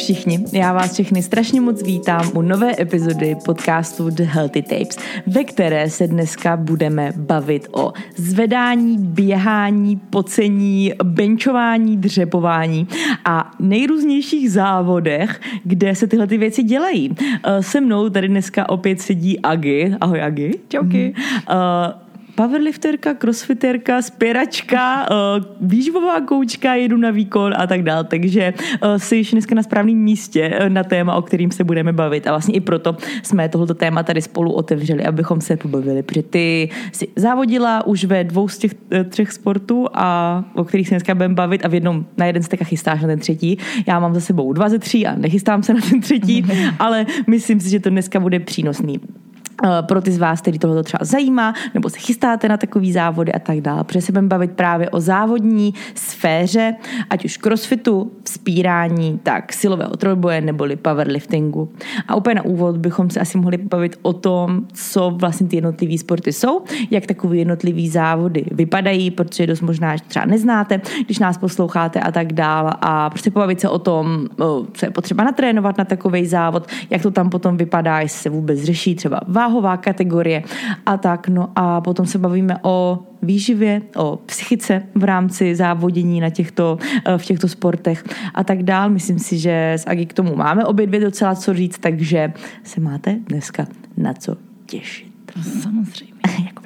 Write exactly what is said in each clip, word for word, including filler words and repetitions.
všichni, já vás všechny strašně moc vítám u nové epizody podcastu The Healthy Tapes, ve které se dneska budeme bavit o zvedání, běhání, pocení, benchování, dřepování a nejrůznějších závodech, kde se tyhle ty věci dělají. Se mnou tady dneska opět sedí Agi. Ahoj Agi. Čauky. Mm. Uh, powerlifterka, crossfiterka, spěračka, uh, výživová koučka, jedu na výkon a tak dále. Takže uh, jsi dneska na správném místě uh, na téma, o kterým se budeme bavit. A vlastně i proto jsme tohoto téma tady spolu otevřeli, abychom se pobavili. Protože ty jsi závodila už ve dvou z těch uh, třech sportů, a, o kterých se dneska budeme bavit, a v jednom na jeden z teka chystáš na ten třetí. Já mám za sebou dva ze tří a nechystám se na ten třetí, ale myslím si, že to dneska bude přínosný. Pro ty z vás, který tohle třeba zajímá, nebo se chystáte na takový závody a tak dále. Protože se budeme bavit právě o závodní sféře, ať už crossfitu, vzpírání, tak silového trojboje neboli powerliftingu. A úplně na úvod bychom se asi mohli bavit o tom, co vlastně ty jednotlivý sporty jsou, jak takový jednotlivý závody vypadají, protože dost možná třeba neznáte, když nás posloucháte a tak dále. A prostě pobavit se o tom, co je potřeba natrénovat na takovej závod, jak to tam potom vypadá, jestli se vůbec řeší třeba váhová kategorie a tak. No a potom se bavíme o výživě, o psychice v rámci závodění na těchto, v těchto sportech a tak dál. Myslím si, že s Agi k tomu máme obě dvě docela co říct, takže se máte dneska na co těšit. Samozřejmě.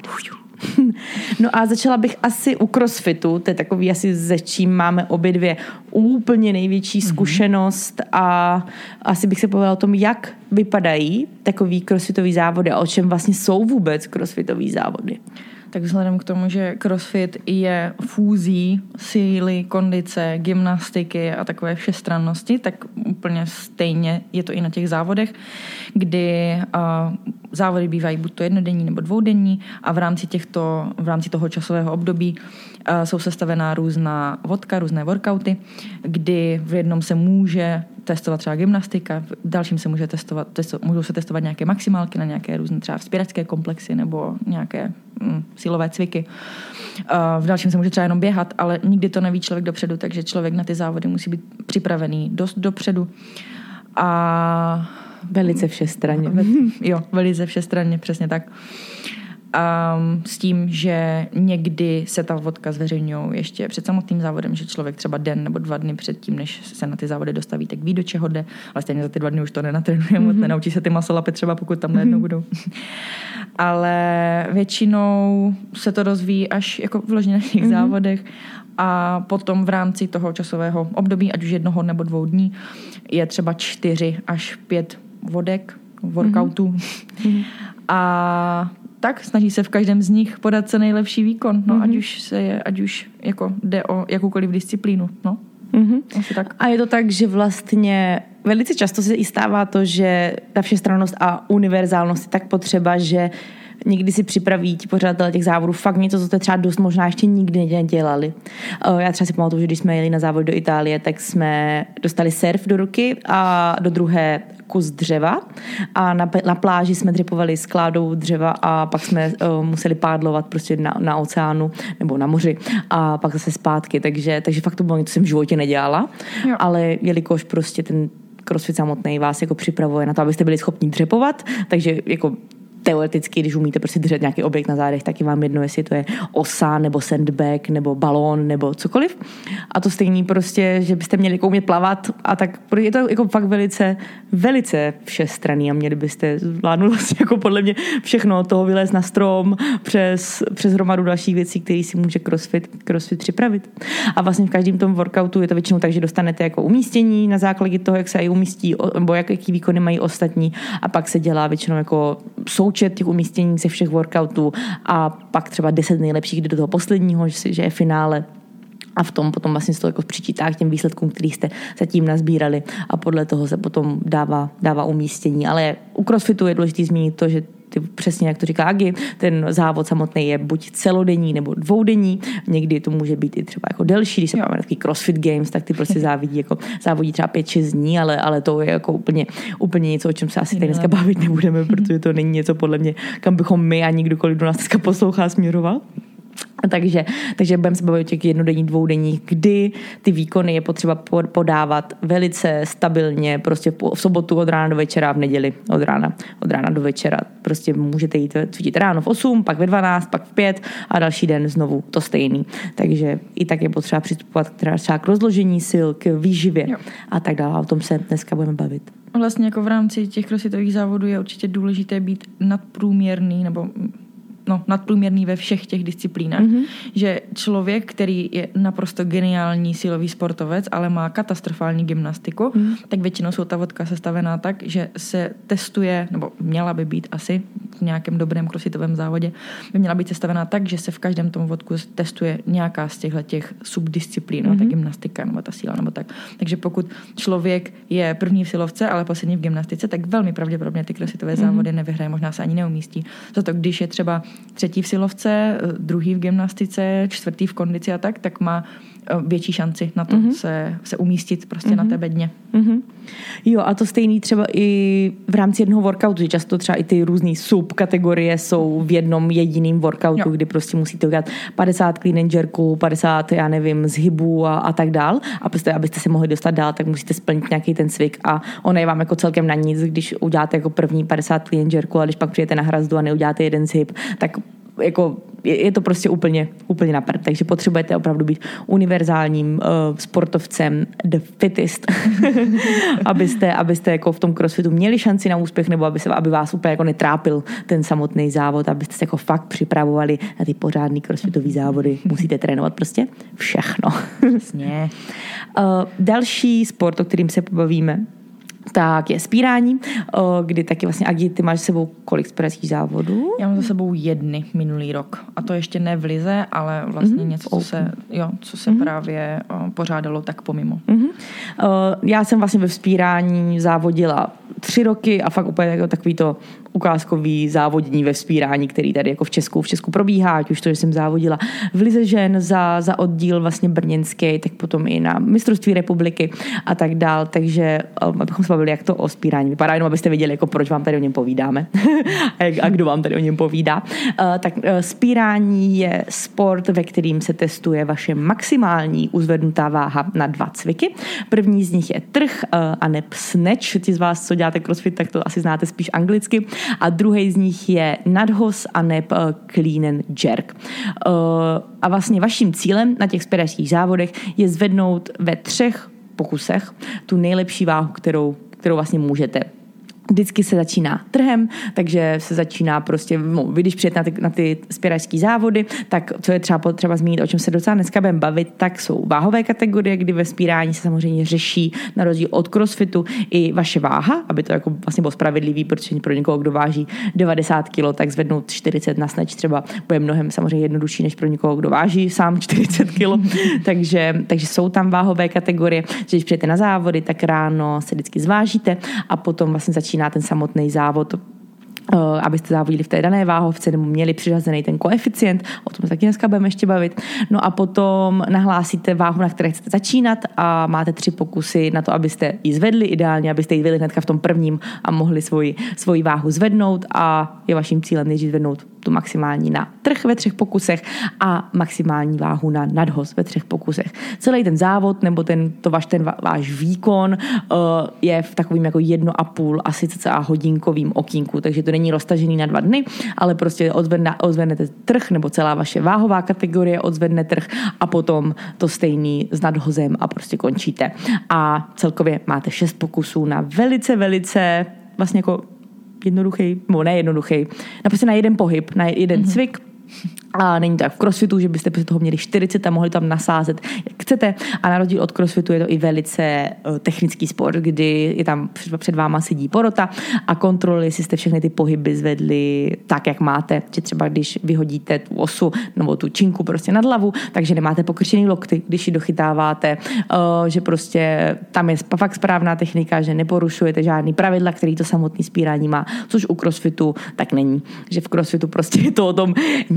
No a začala bych asi u crossfitu, to je takový asi ze čím máme obě dvě úplně největší zkušenost, a asi bych se povedala o tom, jak vypadají takový crossfitový závody a o čem vlastně jsou vůbec crossfitový závody. Tak vzhledem k tomu, že crossfit je fúzí síly, kondice, gymnastiky a takové všestrannosti, tak úplně stejně je to i na těch závodech, kdy uh, závody bývají buď to jednodenní nebo dvoudenní, a v rámci těchto, v rámci toho časového období uh, jsou sestavená různá vodka, různé workouty, kdy v jednom se může testovat třeba gymnastika, v dalším se může testovat, testo, můžou se testovat nějaké maximálky na nějaké různé třeba vzpěračské komplexy nebo nějaké mm, silové cviky. Uh, v dalším se může třeba jenom běhat, ale nikdy to neví člověk dopředu, takže člověk na ty závody musí být připravený dost dopředu. A velice všestranně. Jo, velice všestranně, přesně tak. Um, s tím, že někdy se ta vodka zveřejňují ještě před samotným závodem, že člověk třeba den nebo dva dny předtím, než se na ty závody dostaví, tak ví, do čeho jde, ale stejně za ty dva dny už to nenatrénuje, mm-hmm. moc nenaučí se ty masolapy třeba, pokud tam najednou budou. Ale většinou se to rozvíjí až jako vložně na těch mm-hmm. závodech, a potom v rámci toho časového období, ať už jednoho nebo dvou dní, je třeba čtyři až pět vodek, workoutů. Mm-hmm. A tak snaží se v každém z nich podat co nejlepší výkon, no, mm-hmm. ať už se je, ať už jako jde o jakoukoliv disciplínu, no. Mm-hmm. Asi tak. A je to tak, že vlastně velice často se i stává to, že ta všestrannost a univerzálnost je tak potřeba, že někdy si připraví ti pořadatelé těch závodů fakt něco, co jste třeba dost možná ještě nikdy nedělali. Já třeba si pamatuju, že když jsme jeli na závod do Itálie, tak jsme dostali surf do ruky a do druhé kus dřeva, a na, na pláži jsme dřepovali skládou dřeva a pak jsme uh, museli pádlovat prostě na, na oceánu nebo na moři a pak zase zpátky, takže, takže fakt to bylo něco, co jsem v životě nedělala, jo. Ale jelikož prostě ten crossfit samotný vás jako připravuje na to, abyste byli schopni dřepovat, takže jako teoreticky, když umíte prostě držet nějaký objekt na zádech, tak je vám jedno, jestli to je osa, nebo sandbag, nebo balón, nebo cokoliv. A to stejný prostě, že byste měli umět plavat, a tak je to jako fakt velice, velice všestranný a měli byste zvládnout vlastně jako podle mě všechno, toho vylézt na strom přes, přes hromadu dalších věcí, které si může crossfit, crossfit připravit. A vlastně v každém tom workoutu je to většinou tak, že dostanete jako umístění na základě toho, jak se i umístí, nebo jak, jaký výkony mají ostatní, a pak se dělá většinou jako součet těch umístění ze všech workoutů, a pak třeba deset nejlepších jde do toho posledního, že je finále. A v tom potom vlastně se to jako přičítá k těm výsledkům, který jste zatím nazbírali, a podle toho se potom dává, dává umístění. Ale u crossfitu je důležité zmínit to, že ty, přesně jak to říká Agi, ten závod samotný je buď celodenní nebo dvoudenní, někdy to může být i třeba jako delší, když se máme takový CrossFit Games, tak ty prostě závodí jako závodí třeba pět šest dní, ale, ale to je jako úplně, úplně něco, o čem se asi tady dneska bavit nebudeme, protože to není něco podle mě, kam bychom my a nikdokoliv, kdo nás dneska poslouchá, směroval. Takže, takže budeme se bavit o těch jednodenních, dvoudenních, kdy ty výkony je potřeba podávat velice stabilně, prostě v sobotu od rána do večera, v neděli od rána, od rána do večera. Prostě můžete jít cvičit ráno v osm, pak ve dvanáct, pak v pět a další den znovu to stejný. Takže i tak je potřeba přistupovat třeba k rozložení sil, k výživě jo. a tak dále. O tom se dneska budeme bavit. Vlastně jako v rámci těch crossfitových závodů je určitě důležité být nadprůměrný nebo no, nadprůměrný ve všech těch disciplínách. Mm-hmm. Že člověk, který je naprosto geniální silový sportovec, ale má katastrofální gymnastiku, mm. tak většinou jsou ta vodka sestavená tak, že se testuje, nebo měla by být asi v nějakém dobrém crossfitovém závodě, by měla být sestavená tak, že se v každém tom vodku testuje nějaká z těchto těch subdisciplín, mm-hmm. ta gymnastika nebo ta síla nebo tak. Takže pokud člověk je první v silovce, ale poslední v gymnastice, tak velmi pravděpodobně ty crossfitové mm-hmm. závody nevyhraje, možná se ani neumístí. Zato když je třeba třetí v silovce, druhý v gymnastice, čtvrtý v kondici a tak, tak má větší šanci na to mm-hmm. se, se umístit prostě mm-hmm. na té bedně. Mm-hmm. Jo, a to stejný třeba i v rámci jednoho workoutu, že často třeba i ty různý subkategorie jsou v jednom jediným workoutu, jo. kdy prostě musíte udělat padesát clean and jerků, padesát, já nevím, zhybů a, a tak dál. A prostě, abyste se mohli dostat dál, tak musíte splnit nějaký ten cvik a ono je vám jako celkem na nic, když uděláte jako první padesát clean and jerků a když pak přijete na hrazdu a neuděláte jeden zhyb, tak jako je, je to prostě úplně, úplně na prd. Takže potřebujete opravdu být univerzálním uh, sportovcem, the fittest, abyste, abyste jako v tom crossfitu měli šanci na úspěch, nebo aby, se, aby vás úplně jako netrápil ten samotný závod, abyste se jako fakt připravovali na ty pořádný crossfitový závody. Musíte trénovat prostě všechno. Přesně. uh, další sport, o kterým se pobavíme, tak je spírání, kdy taky vlastně, Agi, ty máš s sebou kolik spíračských závodů? Já mám za sebou jedny minulý rok. A to ještě ne v lize, ale vlastně mm-hmm. něco, co se, jo, co se mm-hmm. právě o, pořádalo tak pomimo. Mm-hmm. Já jsem vlastně ve vzpírání závodila tři roky a fakt úplně jako takový to ukázkový závodění ve vzpírání, který tady jako v Česku, v Česku probíhá, ať už to, že jsem závodila v lize žen za, za oddíl vlastně brněnský, tak potom i na mistrovství republiky a tak dál, takže abychom se bavili, jak to o vzpírání vypadá, jenom abyste viděli, jako proč vám tady o něm povídáme a, jak, a kdo vám tady o něm povídá. Uh, tak uh, vzpírání je sport, ve kterým se testuje vaše maximální uzvednutá váha na dva cviky. První z nich je trh uh, a neb snatch. Ti z vás, co děláte crossfit, tak to asi znáte spíš anglicky. A druhý z nich je nadhoz a neb uh, clean and jerk. Uh, a vlastně vaším cílem na těch vzpěračských závodech je zvednout ve třech pokusech tu nejlepší váhu, kterou, kterou vlastně můžete. Vždycky se začíná trhem, takže se začíná prostě, no, vy když přijete na ty, na ty spěračské závody, tak co je třeba potřeba zmínit, o čem se docela dneska budeme bavit, tak jsou váhové kategorie, kdy ve vzpírání se samozřejmě řeší na rozdíl od crossfitu i vaše váha, aby to jako vlastně bylo spravedlivý, protože pro někoho, kdo váží devadesát kilo, tak zvednout čtyřicet na snatch třeba bude mnohem samozřejmě jednodušší, než pro někoho, kdo váží sám čtyřicet kilo. takže, takže jsou tam váhové kategorie, že když přijete na závody, tak ráno se vždycky zvážíte a potom vlastně začíná na ten samotný závod, abyste závodili v té dané váhovce nebo měli přiřazený ten koeficient, o tom se taky dneska budeme ještě bavit. No a potom nahlásíte váhu, na které chcete začínat a máte tři pokusy na to, abyste ji zvedli, ideálně, abyste ji zvedli hnedka v tom prvním a mohli svoji, svoji váhu zvednout a je vaším cílem nejdřív zvednout tu maximální na trh ve třech pokusech a maximální váhu na nadhoz ve třech pokusech. Celý ten závod nebo ten, to váš, ten váš výkon uh, je v takovým jako jedno a půl asi cca hodinkovým okýnku, takže to není roztažený na dva dny, ale prostě odzvedne, odzvednete trh nebo celá vaše váhová kategorie odzvedne trh a potom to stejný s nadhozem a prostě končíte. A celkově máte šest pokusů na velice, velice vlastně jako jednoduchý, nebo ne jednoduchý, prostě na jeden pohyb, na jeden mm-hmm. cvik. A není to jak v crossfitu, že byste toho měli čtyřicet a mohli tam nasázet, jak chcete. A na rozdíl od crossfitu je to i velice uh, technický sport, kdy je tam před váma sedí porota a kontroluje, jestli jste všechny ty pohyby zvedli tak, jak máte. Že třeba když vyhodíte tu osu nebo tu činku prostě nad hlavu, takže nemáte pokrčený lokty, když ji dochytáváte, uh, že prostě tam je fakt správná technika, že neporušujete žádný pravidla, který to samotný spírání má, což u crossfitu tak není. Že v crossfitu prostě je to o tom nějak to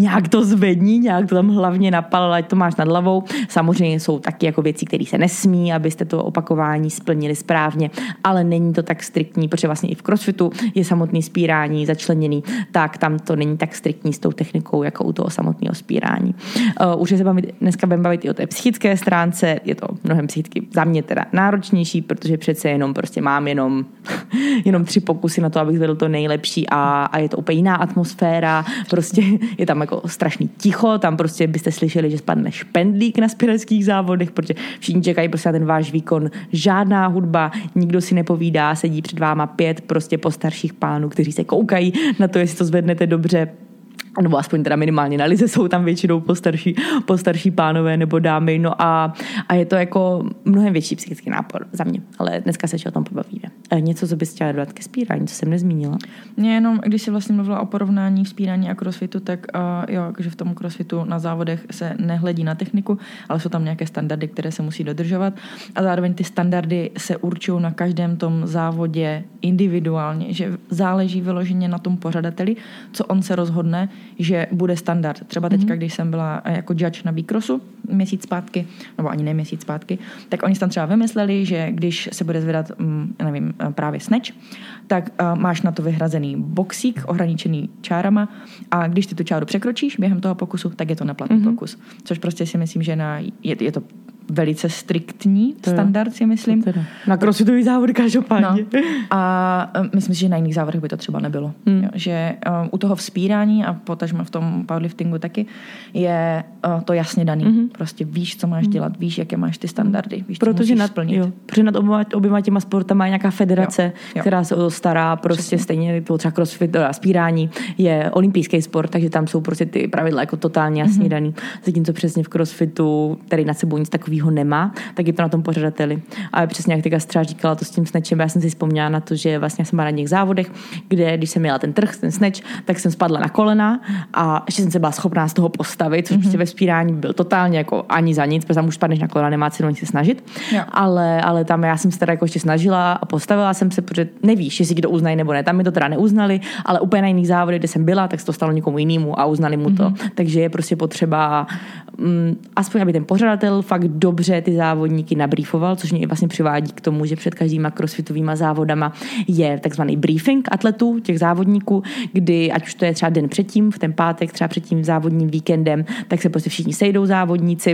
zvedni, nějak to tam hlavně napal, ať to máš nad hlavou. Samozřejmě jsou taky jako věci, které se nesmí, abyste to opakování splnili správně, ale není to tak striktní, protože vlastně i v crossfitu je samotný spírání začleněný, tak tam to není tak striktní s tou technikou, jako u toho samotného spírání. Uh, už se bavit, dneska budeme bavit i o té psychické stránce, je to mnohem psychicky za mě teda náročnější, protože přece jenom prostě mám jenom, jenom tři pokusy na to, abych zvedl to nejlepší a, a je to úplně jiná atmosféra, prostě je tam jako strašný ticho, tam prostě byste slyšeli, že spadne špendlík na spěleckých závodech, protože všichni čekají prostě na ten váš výkon, žádná hudba, nikdo si nepovídá, sedí před váma pět prostě postarších pánů, kteří se koukají na to, jestli to zvednete dobře, nebo aspoň teda minimálně na lize jsou tam většinou postarší, postarší pánové nebo dámy, no a, a je to jako mnohem větší psychický nápor za mě, ale dneska se ještě o tom pobavíme. E, něco, co bys chtěla dodat ke spírání, co jsem nezmínila? Mě jenom, když jsi vlastně mluvila o porovnání spírání a crossfitu, tak uh, jo, že v tom crossfitu na závodech se nehledí na techniku, ale jsou tam nějaké standardy, které se musí dodržovat a zároveň ty standardy se určují na každém tom závodě individuálně, že záleží vyloženě na tom pořadateli, co on se rozhodne, že bude standard. Třeba teďka, když jsem byla jako judge na výkrosu měsíc zpátky, nebo ani ne měsíc zpátky, tak oni tam třeba vymysleli, že když se bude zvedat, nevím, právě snatch, tak uh, máš na to vyhrazený boxík, ohraničený čárama a když ty tu čáru překročíš během toho pokusu, tak je to neplatný mm-hmm. pokus. Což prostě si myslím, že na, je, je to velice striktní to standard, si myslím. Na crossfitový závod každopádně. No. A myslím si, že na jiných závodech by to třeba nebylo. Hmm. Jo, že uh, u toho vzpírání a potažmo v tom powerliftingu taky je uh, to jasně daný. Hmm. Prostě víš, co máš dělat, víš, jaké máš ty standardy, víš, protože co musíš nad, splnit. Jo, protože nad oběma, oběma těma sportama je nějaká federace, jo, jo. která se o to stará, prostě Přesně. stejně třeba crossfit a spírání je olympijský sport, takže tam jsou prostě ty pravidla jako totálně jasně hmm. daný. Zatímco přesně v crossfitu, který nad sebou nic takového nemá, tak je to na tom pořadateli. Ale přesně jak teďka Střář říkala to s tím snatchem, já jsem si vzpomněla na to, že vlastně jsem byla na těch závodech, kde když jsem měla ten trh, ten snatch, tak jsem spadla na kolena a ještě jsem se byla schopná z toho postavit, což mm-hmm. prostě ve vzpírání byl totálně jako ani za nic, protože tam už spadneš na kolena, nemá cenu se snažit. Ale, ale tam já jsem se teda jako ještě snažila a postavila jsem se, protože nevíš, jestli kdo uznají nebo ne. Tam mi to teda neuznali, ale úplně na jiných závodech, kde jsem byla, tak se to stalo někomu jinému a uznali mu to. Mm-hmm. Takže je prostě potřeba um, aspoň aby ten pořadatel fakt dobře ty závodníky nabriefoval, což mě vlastně přivádí k tomu, že před každýma crossfitovýma závodama je takzvaný briefing atletů, těch závodníků, kdy ať už to je třeba den předtím, v ten pátek, třeba před tím závodním víkendem, tak se prostě všichni sejdou závodníci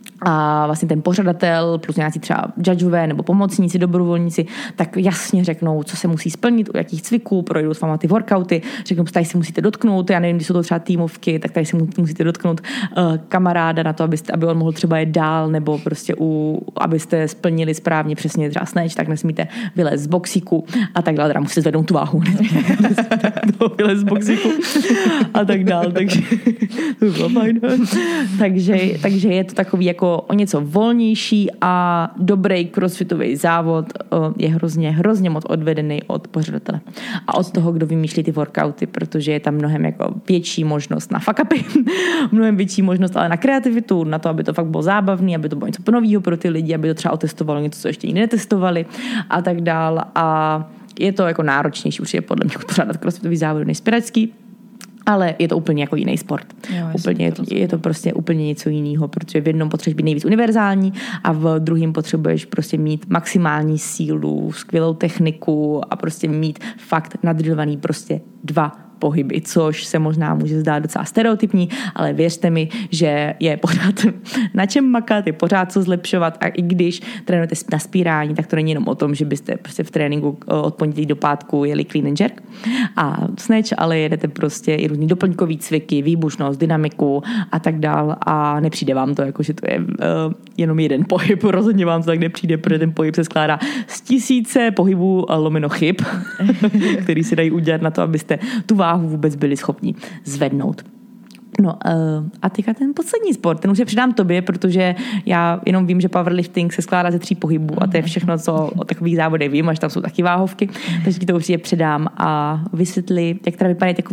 a vlastně ten pořadatel plus nějaký třeba judgeové nebo pomocníci, dobrovolníci, tak jasně řeknou, co se musí splnit, u jakých cviků, projdou s váma ty workouty, řeknou, tady si musíte dotknout, já nevím, když jsou to třeba týmovky, tak tady si musíte dotknout uh, kamaráda na to, abyste, aby on mohl třeba jet dál, nebo prostě u, abyste splnili správně přesně třeba snatch, tak nesmíte vylézt z boxíku a tak dále, teda musíte zvednout tu váhu, vylézt z boxíku a tak dále, takže to bylo fajn. takže, takže je to takový jako o něco volnější a dobrý crossfitový závod je hrozně, hrozně moc odvedený od pořadatele a od toho, kdo vymýšlí ty workouty, protože je tam mnohem jako větší možnost na fuck upy, mnohem větší možnost ale na kreativitu, na to, aby to fakt bylo zábavný, aby to bylo něco nového pro ty lidi, aby to třeba otestovalo něco, co ještě jiní netestovali a tak dál a je to jako náročnější určitě podle mě pořádat crossfitový závod než spěracký. Ale je to úplně jako jiný sport. Jo, úplně je, to, je to prostě úplně něco jiného, protože v jednom potřebuješ být nejvíc univerzální a v druhém potřebuješ prostě mít maximální sílu, skvělou techniku a prostě mít fakt nadrilovaný prostě dva pohyby, což se možná může zdát docela stereotypní, ale věřte mi, že je pořád na čem makat, je pořád co zlepšovat a i když trénujete na spírání, tak to není jenom o tom, že byste prostě v tréninku od pondělí do pátku jeli clean and jerk a snatch, ale jedete prostě i různý doplňkový cviky, výbušnost, dynamiku a tak dál a nepřijde vám to jako, že to je uh, jenom jeden pohyb, rozhodně vám to tak nepřijde, protože ten pohyb se skládá z tisíce pohybů lomeno chyb, který se dají udělat na to, abyste tu váhu vůbec byli schopni zvednout. No uh, a teďka ten poslední sport, ten už se přidám tobě, protože já jenom vím, že powerlifting se skládá ze tří pohybů a to je všechno, co o takových závodech vím, až tam jsou taky váhovky, takže ti to určitě předám a vysvětli, jak teda vypadají takový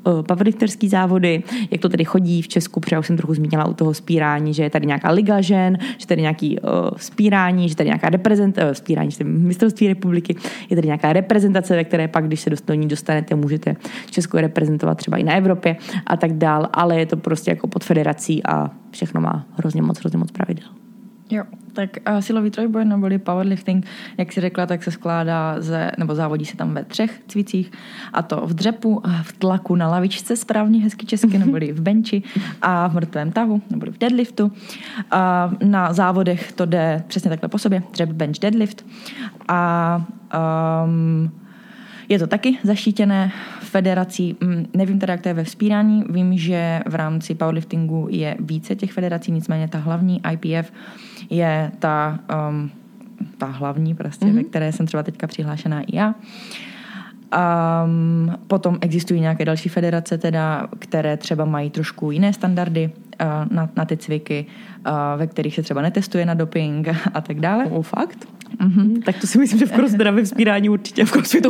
uh, powerlifterský závody, jak to tedy chodí v Česku, protože já už jsem trochu zmínila u toho spírání, že je tady nějaká liga žen, že tady nějaký uh, spírání, že tady nějaká reprezentace, uh, spírání, že tady mistrovství republiky, je tady nějaká reprezentace, ve které pak, když se do ní dostanete, můžete Česko reprezentovat třeba i na Evropě a tak dál, ale je to prostě jako pod federací a všechno má hrozně moc, hrozně moc pravidel. Jo, tak uh, silový trojboj neboli powerlifting, jak si řekla, tak se skládá ze, nebo závodí se tam ve třech cvicích, a to v dřepu, v tlaku na lavičce, správně hezky česky, neboli v benči, a v mrtvém tahu, neboli v deadliftu. Uh, na závodech to jde přesně takhle po sobě, dřep, bench, deadlift. A um, je to taky zaštítěné federací. Nevím teda, jak to je ve vzpírání. Vím, že v rámci powerliftingu je více těch federací, nicméně ta hlavní I P F je ta, um, ta hlavní, prostě, mm-hmm. ve které jsem třeba teďka přihlášená i já. Um, potom existují nějaké další federace, teda, které třeba mají trošku jiné standardy uh, na, na ty cviky, uh, ve kterých se třeba netestuje na doping a tak dále. O, fakt? Mm-hmm. Tak to si myslím, že v cross, teda ve vzpírání určitě v crossfitu.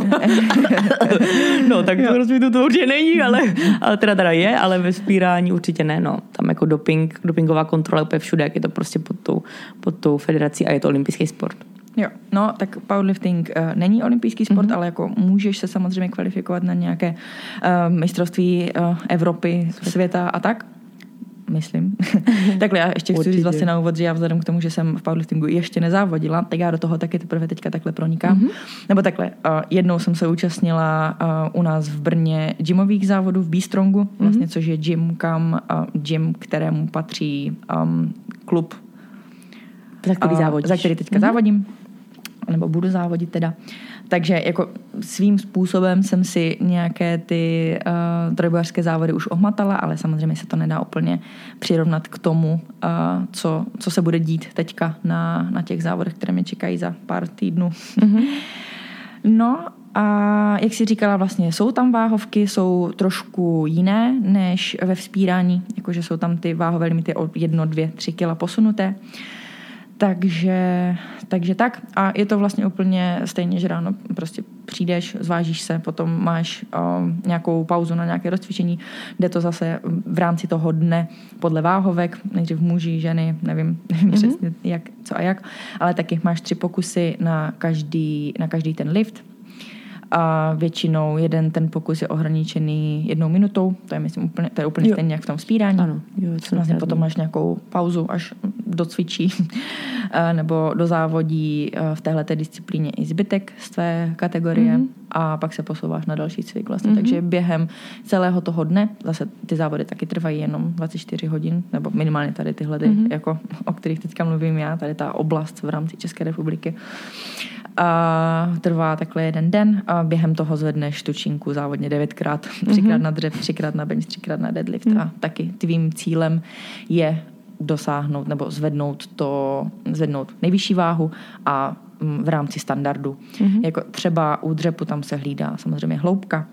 No, tak v crossfitu to určitě není, ale, ale teda teda je, ale ve vzpírání určitě ne. No, tam jako doping, dopingová kontrola úplně všude, jak je to prostě pod tou, pod tou federací a je to olympijský sport. Jo, no, tak powerlifting uh, není olympijský sport, mm-hmm. ale jako můžeš se samozřejmě kvalifikovat na nějaké uh, mistrovství uh, Evropy, světa a tak. Myslím. Takhle já ještě chci říct vlastně na úvod, že já vzhledem k tomu, že jsem v powerliftingu ještě nezávodila, tak já do toho taky teprve teďka takhle pronikám. Mm-hmm. Nebo takhle, uh, jednou jsem se účastnila uh, u nás v Brně gymových závodů v B-Strongu, vlastně, mm-hmm. což je gym, kam, uh, gym, kterému patří um, klub, za který, uh, za který teďka mm-hmm. závodím, nebo budu závodit teda. Takže jako svým způsobem jsem si nějaké ty uh, trojbojařské závody už ohmatala, ale samozřejmě se to nedá úplně přirovnat k tomu, uh, co, co se bude dít teďka na, na těch závodech, které mě čekají za pár týdnů. Mm-hmm. No a jak jsi říkala, vlastně jsou tam váhovky, jsou trošku jiné než ve vzpírání, jakože jsou tam ty váhové limity o jedno, dvě, tři kila posunuté. Takže, takže tak. A je to vlastně úplně stejně, že ráno prostě přijdeš, zvážíš se, potom máš um, nějakou pauzu na nějaké rozcvičení, jde to zase v rámci toho dne podle váhovek, nejdřív muži, ženy, nevím, nevím mm-hmm. přesně jak, co a jak, ale taky máš tři pokusy na každý, na každý ten lift. A většinou jeden ten pokus je ohraničený jednou minutou, to je myslím úplně, to je úplně stejně jak v tom vzpírání. Ano, jo, vlastně potom máš nějakou pauzu, až docvičí nebo dozávodí v téhleté disciplíně i zbytek z tvé kategorie mm-hmm. a pak se posouváš na další cvik vlastně. Mm-hmm. Takže během celého toho dne, zase ty závody taky trvají jenom dvacet čtyři hodin, nebo minimálně tady tyhle, mm-hmm. jako, o kterých teďka mluvím já, tady ta oblast v rámci České republiky. A trvá takhle jeden den a během toho zvedneš tučinku závodně devětkrát, třikrát mm-hmm. na dřep, třikrát na bench, třikrát na deadlift mm. a taky tvým cílem je dosáhnout nebo zvednout to, zvednout nejvyšší váhu a v rámci standardu. Mm-hmm. Jako třeba u dřepu tam se hlídá samozřejmě hloubka.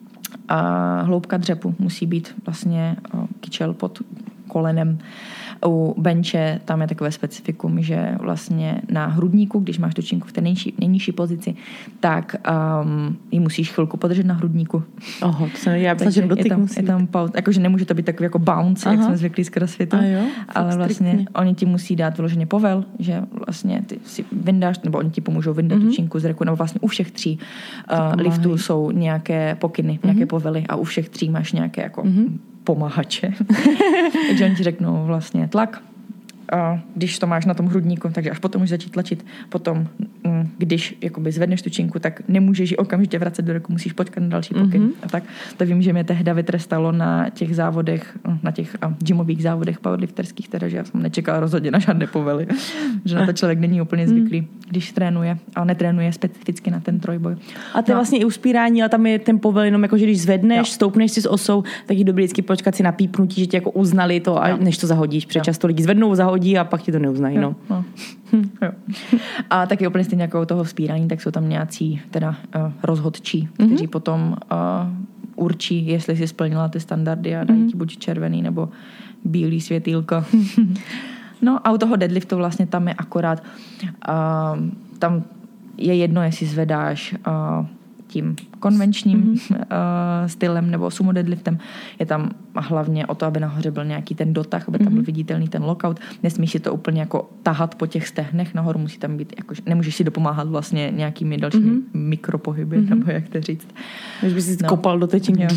A hloubka dřepu musí být vlastně kyčel pod kolenem. U benče tam je takové specifikum, že vlastně na hrudníku, když máš tučinku v té nejnižší, nejnižší pozici, tak um, ji musíš chvilku podržet na hrudníku. Oho, to se nedělá, že dotyk tam, musí. Je tam pauz, jakože nemůže to být takový jako bounce, Aha. jak jsme zvykli z crossfitu, ale vlastně striktně. Oni ti musí dát vyloženě povel, že vlastně ty si vyndáš, nebo oni ti pomůžou vyndat mm-hmm. tučinku z reku, nebo vlastně u všech tří uh, liftů jsou nějaké pokyny, mm-hmm. nějaké povely a u všech tří máš nějaké jako mm-hmm. pomahače. Takže oni ti řeknou vlastně tlak, a když to máš na tom hrudníku, takže až potom můžeš začít tlačit. Potom, když jakoby zvedneš tučinku, tak nemůžeš ji okamžitě vracet do roku, musíš počkat na další pokyn. Mm-hmm. A tak to vím, že mě tehda vytrestalo na těch závodech, na těch gymových závodech powerlifterských, teda, že já jsem nečekala rozhodně na žádné povely. Že na to člověk není úplně zvyklý, mm. když trénuje, ale netrénuje specificky na ten trojboj. A to je no. vlastně i uspírání, ale tam je ten povel jenom jako, že když zvedneš, jo. stoupneš si s osou, tak je dobrý vždycky počkat si na pípnutí, že ti jako uznali to, a než to zahodíš. Protože často lidi zvednou, zahodí a pak ti to neuznají. No. No. Hm. Jo. A taky úplně stejně jako toho vzpírání, tak jsou tam nějací teda uh, rozhodčí, kteří mm-hmm. potom uh, určí, jestli jsi splnila ty standardy a dají mm-hmm. ti buď červený nebo bílý světýlko. No a u toho deadliftu vlastně tam je akorát uh, tam je jedno, jestli zvedáš uh, tím konvenčním mm-hmm. uh, stylem nebo sumo deadliftem. Je tam hlavně o to, aby nahoře byl nějaký ten dotah, aby tam byl viditelný ten lockout. Nesmíš si to úplně jako tahat po těch stehnech nahoru, musí tam být, jako, nemůžeš si dopomáhat vlastně nějakými dalšími mm-hmm. mikropohyby, mm-hmm. nebo jak to říct. Než by si no. kopal do tečinky.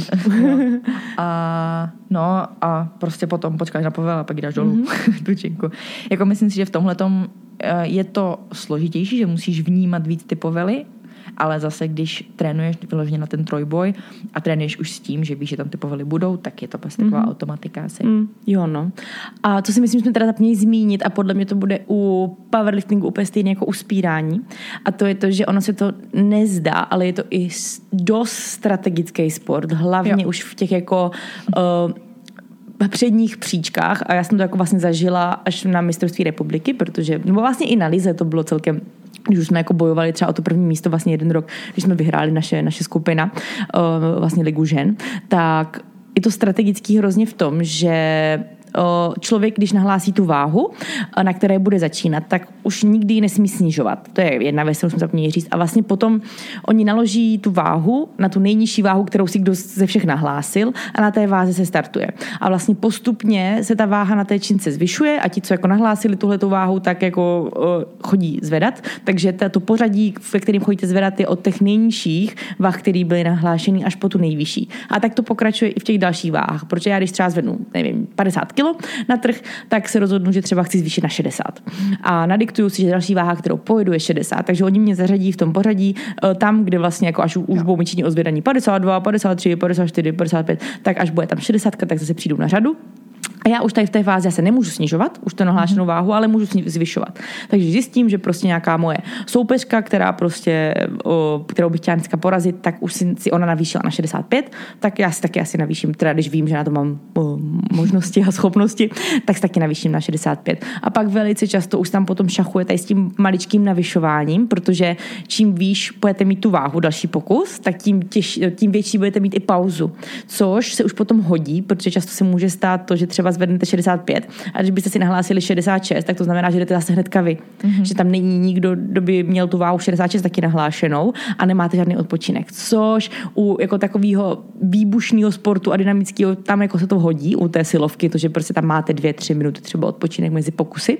A no a prostě potom počkáš na povel a pak jdeš dolů mm-hmm. tu činku. Jako myslím si, že v tomhletom je to složitější, že musíš vnímat víc ty povely, ale zase, když trénuješ vyloženě na ten trojboj a trénuješ už s tím, že víš, že tam ty povely budou, tak je to prostě taková mm-hmm. automatika asi. Mm, jo, no. A co si myslím, že jsme teda zapomněli zmínit a podle mě to bude u powerliftingu úplně stejně jako u spírání. A to je to, že ono se to nezdá, ale je to i dost strategický sport. Hlavně jo. už v těch jako... Uh, předních příčkách a já jsem to jako vlastně zažila až na mistrovství republiky, protože, nebo vlastně i na lize to bylo celkem, když už jsme jako bojovali třeba o to první místo vlastně jeden rok, když jsme vyhráli naše, naše skupina, vlastně ligu žen, tak je to strategický hrozně v tom, že člověk, když nahlásí tu váhu, na které bude začínat, tak už nikdy ji nesmí snižovat. To je jedna věc, kterou jsme zapomněli říct. A vlastně potom oni naloží tu váhu na tu nejnižší váhu, kterou si kdo ze všech nahlásil a na té váze se startuje. A vlastně postupně se ta váha na té čince zvyšuje a ti, co jako nahlásili tuhletu váhu, tak jako uh, chodí zvedat. Takže to pořadí, ve kterém chodíte zvedat, je od těch nejnižších váh, které byly nahlášeny, až po tu nejvyšší. A tak to pokračuje i v těch dalších váhách. Protože já když třeba zvednu, nevím, padesát kilo na trh, tak se rozhodnu, že třeba chci zvýšit na šedesát. A nadiktuju si, že další váha, kterou pojedu, je šedesát. Takže oni mě zařadí v tom pořadí tam, kde vlastně jako až už budou myčení ozvědaní padesát dva, padesát tři, padesát čtyři, padesát pět, tak až bude tam šedesát, tak zase přijdu na řadu. A já už tady v té fázi já se nemůžu snižovat, už to nahlášenou váhu, ale můžu zvyšovat. Takže zjistím, že prostě nějaká moje soupeřka, která prostě, o, kterou bych chtěla dneska porazit, tak už si, si ona navýšila na šedesát pět, tak já si taky asi navýším, teda když vím, že na to mám o, možnosti a schopnosti, tak si taky navýším na šedesát pět. A pak velice často už tam potom šachuje tady s tím maličkým navyšováním, protože čím výš budete mít tu váhu, další pokus, tak tím, těž, tím větší budete mít i pauzu. Což se už potom hodí, protože často se může stát to, že třeba zvednete šedesát pět a když byste si nahlásili šedesát šest, tak to znamená, že jdete zase hnedka vy. Mm-hmm. Že tam není nikdo, kdo by měl tu váhu šedesát šest taky nahlášenou a nemáte žádný odpočinek. Což u jako takového výbušného sportu a dynamického tam jako se to hodí u té silovky, to, že prostě tam máte dvě, tři minuty třeba odpočinek mezi pokusy.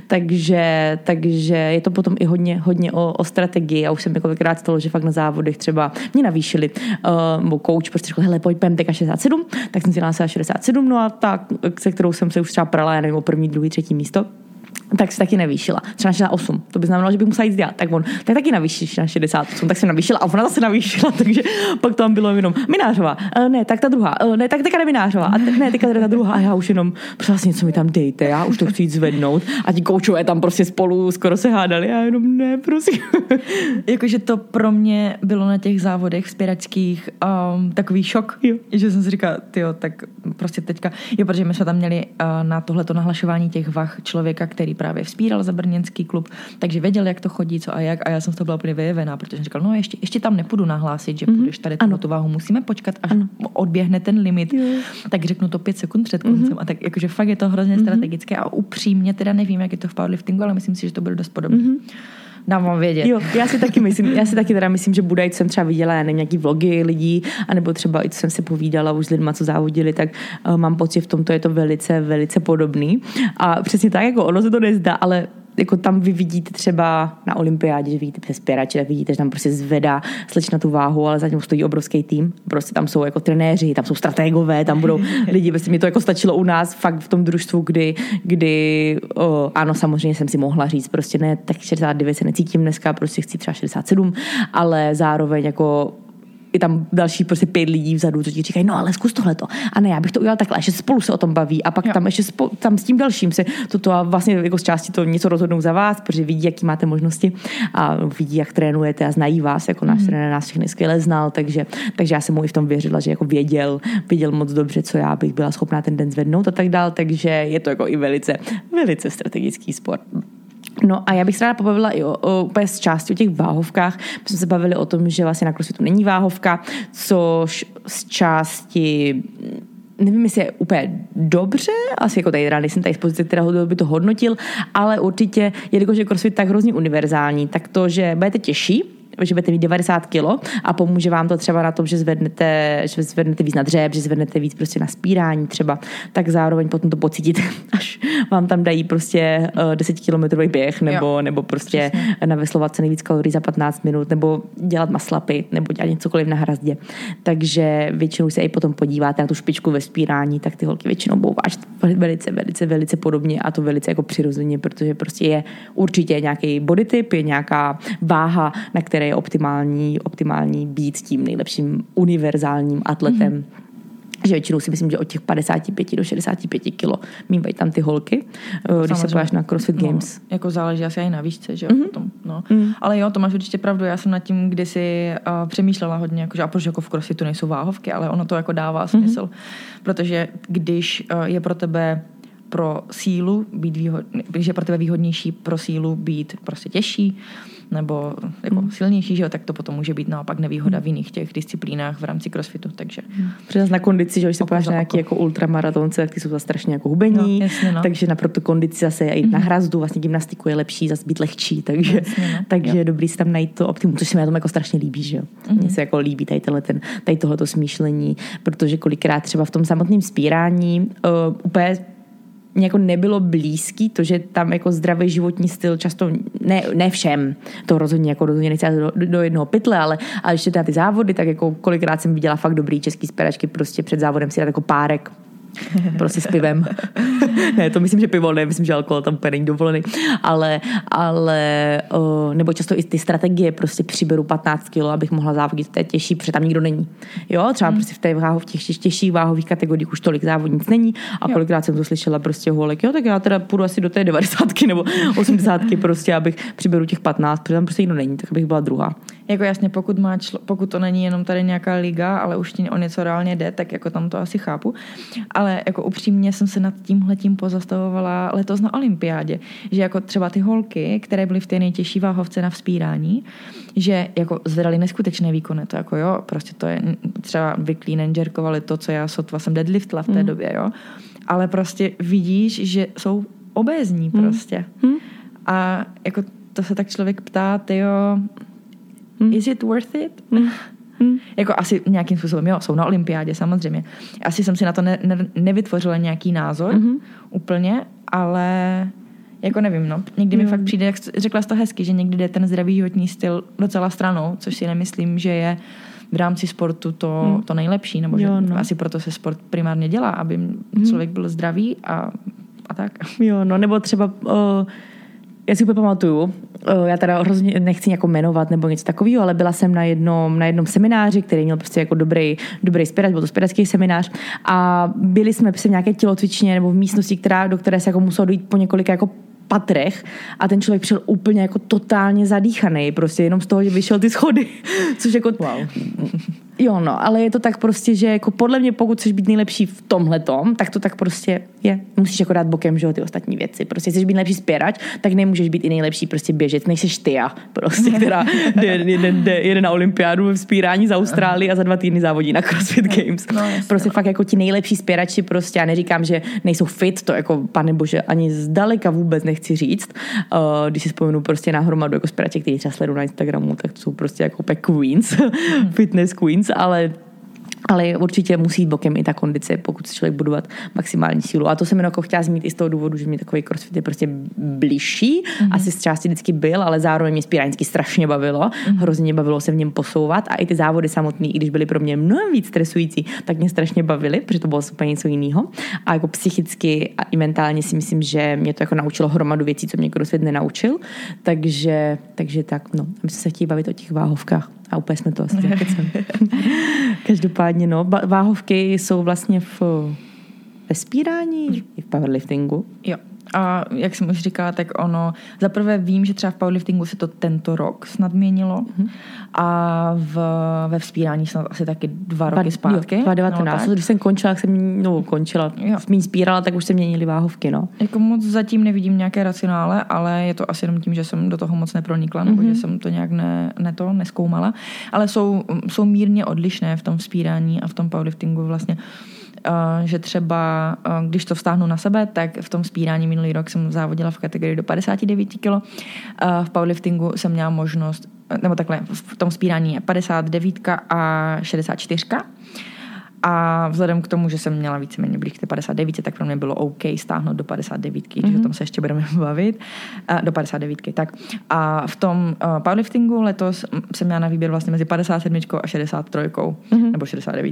Takže, takže je to potom i hodně, hodně o, o strategii. A už jsem několikrát stalo, že fakt na závodech třeba mě navýšili. Uh, coach prostě řekl, hele, pojď, půjdeme teďka šedesát sedm, tak jsem si nahlásila šedesát sedm, no a tak, se kterou jsem se už třeba prala, já nevím, o první, druhý, třetí místo, tak se taky navýšila. Třeba na šedesát osm. To by znamenalo, že bych musela jít dělat. Tak on, tak taky navýšíš na šedesát osm. Tak se navýšila a ona zase navýšila, takže pak tam bylo jenom Minářová. E, ne, tak ta druhá. E, ne, tak teďka Minářová. A te, ne, teďka ta druhá. A já už jenom, prostě něco mi tam dejte, já už to chci jít zvednout. A ti koučové tam prostě spolu skoro se hádali. A jenom ne, prosím. Jakože to pro mě bylo na těch závodech vzpěračských um, takový šok, jo. Že jsem si říkala, tyjo, tak prostě teďka, jo, protože my jsme tam měli uh, na tohleto nahlašování těch vah člověka, který právě vzpíral za brněnský klub, takže věděl, jak to chodí, co a jak, a já jsem z toho byla úplně vyjevená, protože jsem říkal, no ještě, ještě tam nepůjdu nahlásit, že mm-hmm. půjdeš tady tu váhu, musíme počkat, až ano. odběhne ten limit, jo. Tak řeknu to pět sekund před koncem mm-hmm. a tak jakože fakt je to hrozně mm-hmm. strategické a upřímně teda nevím, jak je to v powerliftingu, ale myslím si, že to bylo dost podobné. Mm-hmm. Dám vám vědět. Jo, já si taky myslím, já si taky teda myslím, že Budaj, co jsem třeba viděla, já nevím, nějaký vlogy lidí, anebo třeba i co jsem si povídala už s lidma, co závodili, tak uh, mám pocit, v tomto je to velice, velice podobný. A přesně tak, jako ono se to nezdá, ale jako tam vy vidíte třeba na olympiádě, že vidíte přes pěrače, tak vidíte, že tam prostě zvedá slečna tu váhu, ale zatím stojí obrovský tým. Prostě tam jsou jako trenéři, tam jsou strategové, tam budou lidi. Prostě mi to jako stačilo u nás fakt v tom družstvu, kdy, kdy o, ano, samozřejmě jsem si mohla říct, prostě ne, tak šedesát devět se necítím dneska, prostě chci třeba šedesát sedm, ale zároveň jako je tam další prostě pět lidí vzadu, co ti říkají, no ale zkus tohleto. A ne, já bych to udělal takhle, ještě spolu se o tom baví a pak jo. tam ještě spolu, tam s tím dalším se toto a vlastně jako z části to něco rozhodnou za vás, protože vidí, jaký máte možnosti a vidí, jak trénujete a znají vás, jako náš trenér mm. nás všechny skvěle znal, takže, takže já jsem mu i v tom věřila, že jako věděl, věděl moc dobře, co já bych byla schopná ten den zvednout a tak dál, takže je to jako i velice, velice strategický sport. No a já bych se ráda pobavila i o, o, úplně z části o těch váhovkách. My jsme se bavili o tom, že vlastně na CrossFitu není váhovka, což z části nevím, jestli je úplně dobře, asi jako tady teda nejsem tady z pozice, která by to hodnotil, ale určitě, jelikož je CrossFit tak hrozně univerzální, tak to, že budete těžší, že budete mít devadesát kilo a pomůže vám to třeba na tom, že zvednete, že zvednete víc na dřep, že zvednete víc prostě na spírání třeba, tak zároveň potom to pocítit, až vám tam dají prostě desetikilometrový běh nebo, nebo prostě přesně. Naveslovat co nejvíc kalorií za patnáct minut nebo dělat maslapy nebo dělat cokoliv na hrazdě. Takže většinou se i potom podíváte na tu špičku ve spírání, tak ty holky většinou budou vážit velice, velice, velice podobně a to velice jako přirozeně, protože prostě je určitě nějaký bodytyp, je nějaká váha, na které je optimální, optimální být tím nejlepším univerzálním atletem. Mm-hmm. Že většinou si myslím, že od těch padesát pět do šedesát pět kilo mývají tam ty holky, když samozřejmě se podíváš na CrossFit Games. No, jako záleží asi i na výšce, že jo, mm-hmm. potom, no. Mm-hmm. Ale jo, to máš určitě pravdu, já jsem nad tím kdysi uh, přemýšlela hodně, jakože, a proč jako v CrossFitu nejsou váhovky, ale ono to jako dává smysl, mm-hmm. protože když uh, je pro tebe pro sílu být výhodný, když je pro tebe výhodnější pro sílu být prostě těžší, nebo jako mm. silnější, že jo, tak to potom může být naopak nevýhoda v jiných těch disciplínách v rámci crossfitu, takže. Přes na kondici, že když se podíváš na nějaký jako ultramaratonce, tak ty jsou zase strašně jako hubení, no, jasně, no. Takže naproto kondici zase i na hrazdu, vlastně gymnastiku je lepší zase být lehčí, takže, jasně, no. takže je dobrý si tam najít to optimum, což se mi na tom jako strašně líbí, že jo. Mm. Mně se jako líbí tady, tenhle, ten, tady tohleto smýšlení, protože kolikrát třeba v tom samotném spírání uh, úplně jako nebylo blízký to, že tam jako zdravý životní styl často, ne, ne všem, to rozhodně jako rozhodně nechci do, do jednoho pytle, ale, ale ještě teda ty závody, tak jako kolikrát jsem viděla fakt dobrý český spěračky prostě před závodem si dát jako párek prostě s pivem. Ne, to myslím, že pivo, ne, myslím, že alkohol tam není dovolený, ale, ale uh, nebo často i ty strategie prostě přiberu patnáct kilo, abych mohla závodit v té těžší, protože tam nikdo není. Jo, třeba hmm. prostě v té váhov, těch těžších váhových kategoriích už tolik závodnic není a kolikrát jsem to slyšela prostě holek, jo, tak já teda půjdu asi do té devadesátky nebo osmdesátky prostě, abych přiberu těch patnáct, protože tam prostě nikdo není, tak abych byla druhá. Jako jasně, pokud, má člo, pokud to není jenom tady nějaká liga, ale už ti o něco reálně jde, tak jako tam to asi chápu. Ale jako upřímně jsem se nad tímhletím pozastavovala letos na olympiádě, že jako třeba ty holky, které byly v té nejtěžší váhovce na vzpírání, že jako zvedali neskutečné výkony, to jako jo, prostě to je třeba vyklín and jerkovali to, co já sotva jsem deadliftla v té mm. době, jo. Ale prostě vidíš, že jsou obézní mm. prostě. Mm. A jako to se tak člověk ptá, tyjo, mm. is it worth it? Mm. Hmm. Jako asi nějakým způsobem, jo, jsou na olympiádě samozřejmě. Asi jsem si na to ne, ne, nevytvořila nějaký názor mm-hmm. úplně, ale jako nevím, no. Někdy jo. mi fakt přijde, jak řekla jsi to hezky, že někdy jde ten zdravý životní styl docela stranou, což si nemyslím, že je v rámci sportu to, hmm. to nejlepší, nebo jo, že no. asi proto se sport primárně dělá, aby hmm. člověk byl zdravý a, a tak. Jo, no, nebo třeba uh, já si úplně pamatuju, já teda hrozně nechci jako jmenovat nebo něco takového, ale byla jsem na jednom, na jednom semináři, který měl prostě jako dobrý, dobrý spěrač, byl to spěračský seminář a byli jsme prostě v nějaké tělocvičně nebo v místnosti, která, do které se jako muselo dojít po několika jako patrech a ten člověk přišel úplně jako totálně zadýchaný, prostě jenom z toho, že vyšel ty schody, což jako wow. Jo, no, ale je to tak prostě, že jako podle mě, pokud chceš být nejlepší v tomhletom, tak to tak prostě je. Musíš jako dát bokem, že jo, ty ostatní věci. Prostě chceš být nejlepší spěrač, tak nemůžeš být i nejlepší prostě běžec, nejseš ty já, prostě, která jde, jde, jde, jede na olympiádu v vzpírání z Austrálii a za dva týdny závodí na CrossFit Games. No, jasně, prostě no. Fakt jako ti nejlepší spěrači prostě, já neříkám, že nejsou fit, to jako, pane bože, ani zdaleka vůbec nechci říct. Uh, když si vzpomenu prostě na hromadu jako spěrače, který třeba sleduju na Instagramu, tak to jsou prostě jako queens, fitness queens, ale ale určitě musí jít bokem i ta kondice, pokud se člověk budovat maximální sílu. A to jsem jako chtěla zmínit i z toho důvodu, že mě takový crossfit je prostě bližší. Mm-hmm. Asi z části vždycky byl, ale zároveň mě spírání strašně bavilo. Mm-hmm. Hrozně bavilo se v něm posouvat a i ty závody samotný, i když byly pro mě mnohem víc stresující, tak mě strašně bavily, protože to bylo super něco jiného. A jako psychicky a i mentálně si myslím, že mě to jako naučilo hromadu věcí, co mě crossfit nenaučil. Takže, takže tak, no. My jsme se chtěli bavit o těch váhovkách. A úplně jsme to asi Každopádně, no, váhovky jsou vlastně v, ve spírání i v powerliftingu. Jo. A jak jsem už říkala, tak ono, zaprvé vím, že třeba v powerliftingu se to tento rok snad měnilo mm-hmm. a v, ve vzpírání snad asi taky dva roky zpátky. Jo, dvacet devatenáct, no, když jsem končila, jak jsem no, končila, míň spírala, tak už se měnily váhovky, no. Jako moc zatím nevidím nějaké racionále, ale je to asi jenom tím, že jsem do toho moc nepronikla, nebo mm-hmm. že jsem to nějak ne, ne to, nezkoumala. Ale jsou, jsou mírně odlišné v tom vzpírání a v tom powerliftingu vlastně. Uh, že třeba, uh, když to vztáhnu na sebe, tak v tom spírání minulý rok jsem závodila v kategorii do padesát devět kilo. Uh, v powerliftingu jsem měla možnost nebo takhle, v tom vzpírání je padesát devět a šedesát čtyři. A vzhledem k tomu, že jsem měla víceméně blíž k té padesát devět, tak pro mě bylo OK stáhnout do padesát devět, mm-hmm. když o tom se ještě budeme bavit, a do padesát devět. Tak. A v tom uh, powerliftingu letos jsem měla na výběr vlastně mezi padesát sedm a šedesát tři, mm-hmm. nebo šedesát devět.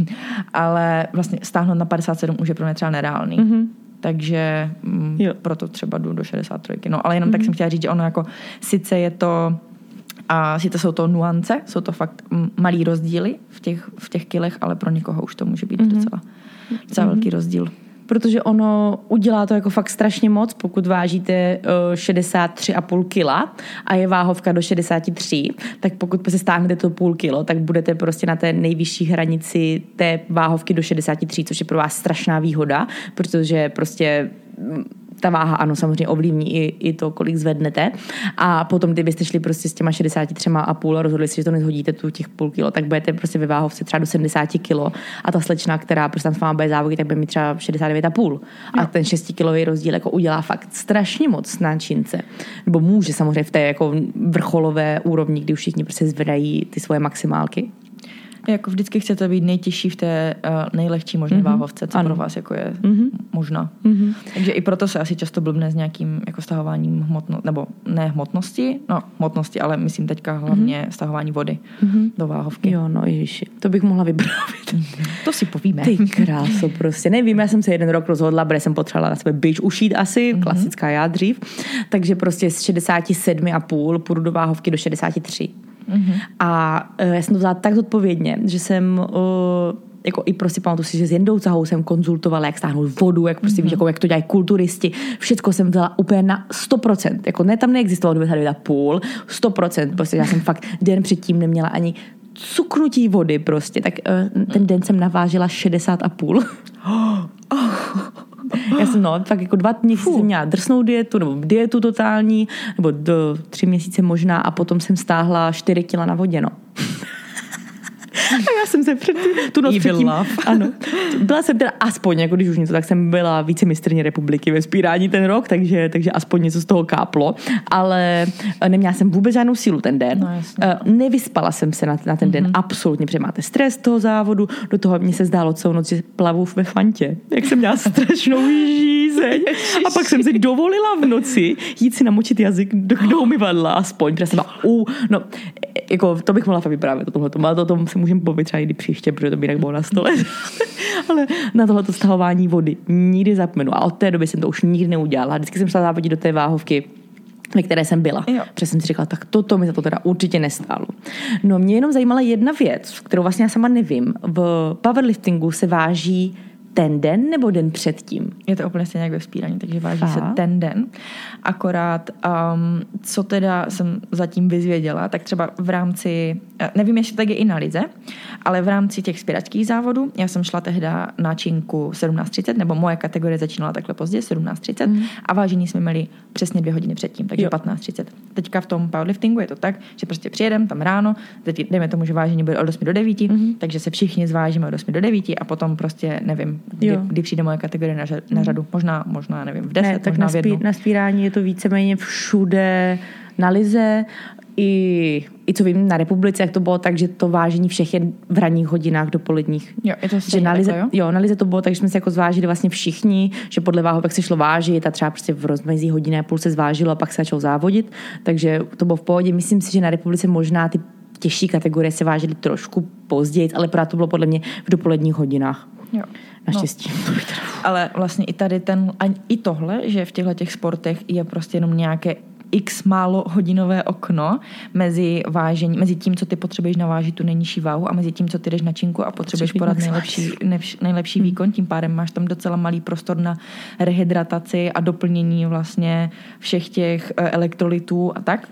Ale vlastně stáhnout na padesát sedm už je pro mě třeba nereálný. Mm-hmm. Takže mm, proto třeba jdu do šedesát tři. No, ale jenom mm-hmm. tak jsem chtěla říct, že ono jako sice je to a sice jsou to nuance, jsou to fakt malý rozdíly v těch, v těch kilech, ale pro někoho už to může být mm-hmm. docela, docela mm-hmm. velký rozdíl. Protože ono udělá to jako fakt strašně moc, pokud vážíte uh, šedesát tři a půl kila a je váhovka do šedesát tři, tak pokud se stáhnete to půl kilo, tak budete prostě na té nejvyšší hranici té váhovky do šedesát tři, což je pro vás strašná výhoda, protože prostě ta váha, ano, samozřejmě ovlivní i, i to, kolik zvednete. A potom, kdybyste šli prostě s těma šedesát tři a půl a rozhodli si, že to nezhodíte tu těch půl kilo, tak budete prostě ve váhovce třeba do sedmdesát kilo. A ta slečna, která prostě tam s váma bude závodit, tak bude mít třeba šedesát devět a půl. A no. ten šestikilový rozdíl jako udělá fakt strašně moc na čince. Nebo může samozřejmě v té jako vrcholové úrovni, kdy už všichni prostě zvedají ty svoje maximálky. Jako vždycky chcete být nejtěžší v té uh, nejlehčí možné mm-hmm. váhovce, co ano. pro vás jako je mm-hmm. možná. Mm-hmm. Takže i proto se asi často blbne s nějakým jako stahováním hmotnosti, nebo ne hmotnosti, no hmotnosti, ale myslím teďka hlavně mm-hmm. stahování vody mm-hmm. do váhovky. Jo, no ježiši, to bych mohla vyprávět. To si povíme. Ty kráso, prostě. Nevím, já jsem se jeden rok rozhodla, protože jsem potřebovala na sebe bič ušít asi, mm-hmm. klasická já dřív, takže prostě z šedesát sedm a půl půjdu do váhovky do šedesát tři. Mm-hmm. A uh, já jsem to vzala tak zodpovědně, že jsem uh, jako i prostě pamatuju si, že s Jendou Cahou jsem konzultovala, jak stáhnout vodu, jak prostě mm-hmm. víš, jako, jak to dělají kulturisti. Všecko jsem vzala úplně na sto procent. Jako ne, tam neexistovalo devadesát devět a půl, sto procent. Prostě já jsem fakt den předtím neměla ani cuknutí vody prostě. Tak uh, ten den jsem navážila šedesát a půl. Já jsem no, tak jako dva měsíce jsem měla drsnou dietu, nebo dietu totální, nebo do tři měsíce možná a potom jsem stáhla čtyři kila na vodě, no. A já jsem se před tu noc předtím, ano, byla jsem teda aspoň, jako když už něco, tak jsem byla vicemistryně republiky ve vzpírání ten rok, takže, takže aspoň něco z toho káplo, ale neměla jsem vůbec žádnou sílu ten den. No, nevyspala jsem se na, na ten mm-hmm. den absolutně, protože máte stres toho závodu, do toho mě se zdálo celou noc, že plavu ve fantě, jak jsem měla strašnou žízeň a pak jsem si dovolila v noci jít si namočit jazyk do, do umyvadla aspoň, protože jsem byla, uh, no, jako to bych mohla fakt vyprávět o tomhletom, ale to tom se můžeme povědět třeba i příště, protože to by jinak bylo na stole. Ale na tohleto stahování vody nikdy zapomenu. A od té doby jsem to už nikdy neudělala. Vždycky jsem šla závodit do té váhovky, ve které jsem byla. Jo. Protože jsem si říkala, tak toto mi za to teda určitě nestálo. No mě jenom zajímala jedna věc, kterou vlastně já sama nevím. V powerliftingu se váží ten den nebo den předtím? Je to úplně stejně jak ve vzpírání, takže váží Aha. se ten den. Akorát, um, co teda jsem zatím vyzvěděla, tak třeba v rámci, nevím, jestli tak je i na lize, ale v rámci těch vzpíračských závodů, já jsem šla tehda na činku sedmnáct třicet, nebo moje kategorie začínala takhle pozdě, sedmnáct třicet, mm. a vážení jsme měli přesně dvě hodiny předtím, takže jo. patnáct třicet. Teďka v tom powerliftingu je to tak, že prostě přijedem tam ráno, teď dejme tomu, že vážení bude od osmi do devíti, mm. takže se všichni zvážíme od osmi do devíti a potom prostě, nevím, Kdy, kdy přijde moje kategorie na, na řadu. Možná, možná nevím, v deset, ne, tak možná na v jednu. Na spírání je to víceméně všude na lize, i, i co vím na republice, jak to bylo tak, že to vážení všech je v ranních hodinách dopoledních. Jo, je to že na lize, takhle, jo? jo, na lize to bylo tak, že jsme se jako zvážili vlastně všichni, že podle váhovek se šlo vážit a třeba prostě v rozmezí hodiny a půl se zvážilo a pak se začalo závodit, takže to bylo v pohodě. Myslím si, že na republice možná ty těžší kategorie se vážily trošku později, ale právě to bylo podle mě v dopoledních hodinách. Jo. Naštěstí. No, ale vlastně i tady ten, i tohle, že v těchto těch sportech je prostě jenom nějaké x málo hodinové okno mezi vážení, mezi tím, co ty potřebuješ navážit tu nejnižší váhu a mezi tím, co ty jdeš na činku a potřebuješ podat nejlepší, nejlepší hmm. výkon. Tím pádem máš tam docela malý prostor na rehydrataci a doplnění vlastně všech těch elektrolytů a tak.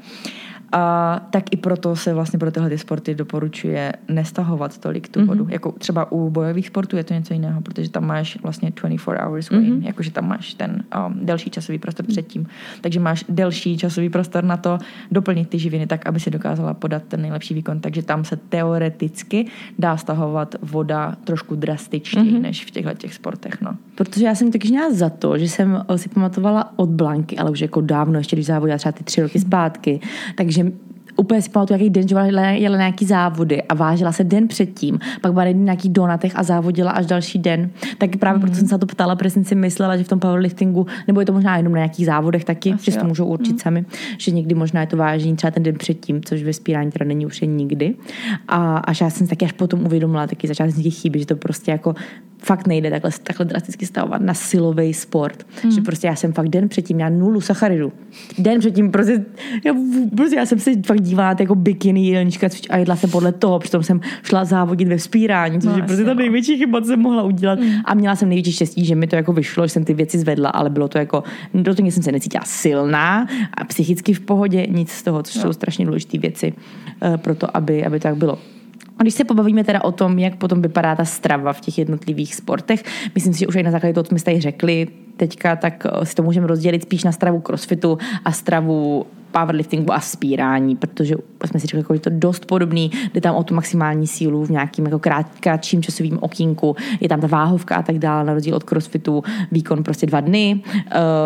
A tak i proto se vlastně pro tyhle ty sporty doporučuje nestahovat tolik tu vodu. Mm-hmm. Jako třeba u bojových sportů je to něco jiného, protože tam máš vlastně dvacet čtyři hours weigh, mm-hmm. jakože tam máš ten um, delší časový prostor předtím. Takže máš delší časový prostor na to doplnit ty živiny tak, aby si dokázala podat ten nejlepší výkon. Takže tam se teoreticky dá stahovat voda trošku drastičtěji, mm-hmm. než v těchto těch sportech. No. Protože já jsem taky měla za to, že jsem si pamatovala od Blanky, ale už jako dávno, ještě když závodila třeba ty tři roky zpátky, takže úplně si pamatuju, jaký den, že jela nějaký závody a vážila se den předtím, pak byla na nějaký donatech a závodila až další den. Tak právě mm. proto jsem se to ptala, protože jsem si myslela, že v tom powerliftingu, nebo je to možná jenom na nějakých závodech taky, asi že si to můžou určit mm. sami, že někdy možná je to vážení třeba ten den předtím, což ve vzpírání teda není už nikdy. A až já jsem se taky až potom uvědomila, taky začala jsem si chybí, že to prostě jako fakt nejde takhle, takhle drasticky stavovat na silový sport. Hmm. Že prostě já jsem fakt den předtím měla nulu sacharidů. Den předtím prostě já, prostě já jsem se fakt dívala jako bikini jídelníčka a jedla jsem podle toho, přitom jsem šla závodit ve vzpírání, což no, je prostě ta největší chyba, co jsem mohla udělat. Hmm. A měla jsem největší štěstí, že mi to jako vyšlo, že jsem ty věci zvedla, ale bylo to jako, rozhodně jsem se necítila silná a psychicky v pohodě, nic z toho, což no. jsou strašně důležité věci uh, pro to, aby, aby tak bylo. A když se pobavíme teda o tom, jak potom vypadá ta strava v těch jednotlivých sportech, myslím si, že už i na základě toho, co jsme tady řekli teďka, tak si to můžeme rozdělit spíš na stravu crossfitu a stravu powerliftingu a vzpírání, protože jsme si řekli, že je to dost podobný, jde tam o tu maximální sílu v nějakým jako krát, krátším časovým okýnku, je tam ta váhovka a tak dále, na rozdíl od crossfitu výkon prostě dva dny uh,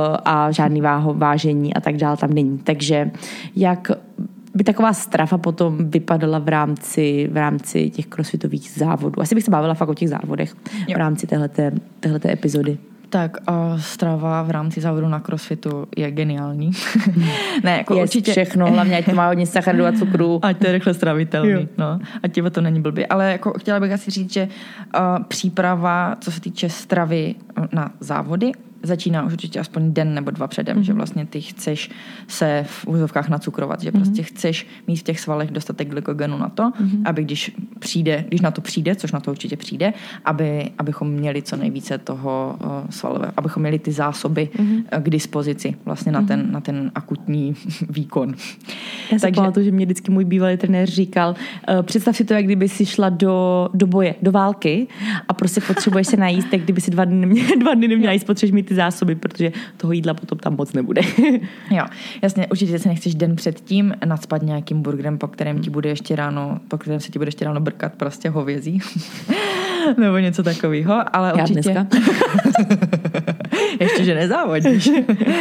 a žádný váho, vážení a tak dále tam není. Takže jak by taková strava potom vypadala v rámci, v rámci těch crossfitových závodů. Asi bych se bavila fakt o těch závodech jo. v rámci téhleté, téhleté epizody. Tak uh, strava v rámci závodu na crossfitu je geniální. ne, jako Jest určitě všechno, hlavně ať to má hodně sacharidů a cukru. Ať to je rychle stravitelný, no. Ať těba to není blbý. Ale jako chtěla bych asi říct, že uh, příprava, co se týče stravy na závody, začíná už určitě aspoň den nebo dva předem, mm-hmm. že vlastně ty chceš se v úzovkách nacukrovat, že mm-hmm. prostě chceš mít v těch svalech dostatek glykogenu na to, mm-hmm. aby když přijde, když na to přijde, což na to určitě přijde, aby, abychom měli co nejvíce toho uh, svalového, abychom měli ty zásoby mm-hmm. uh, k dispozici vlastně na, mm-hmm. ten, na ten akutní výkon. Já si pamatuju, že mě vždycky můj bývalý trenér říkal, uh, představ si to, jak kdyby si šla do, do boje, do války a prostě potřebuješ se najíst, tak kdyby si dva dny neměla, dva dny neměla jíst, potřebuješ mít ty zásoby, protože toho jídla potom tam moc nebude. Jo, jasně, určitě se nechceš den předtím nacpat nějakým burgerem, po kterém ti bude ještě ráno, po kterém se ti bude ještě ráno brkat prostě hovězí. Nebo něco takového, ale já určitě... dneska. Ještě, že nezávodíš.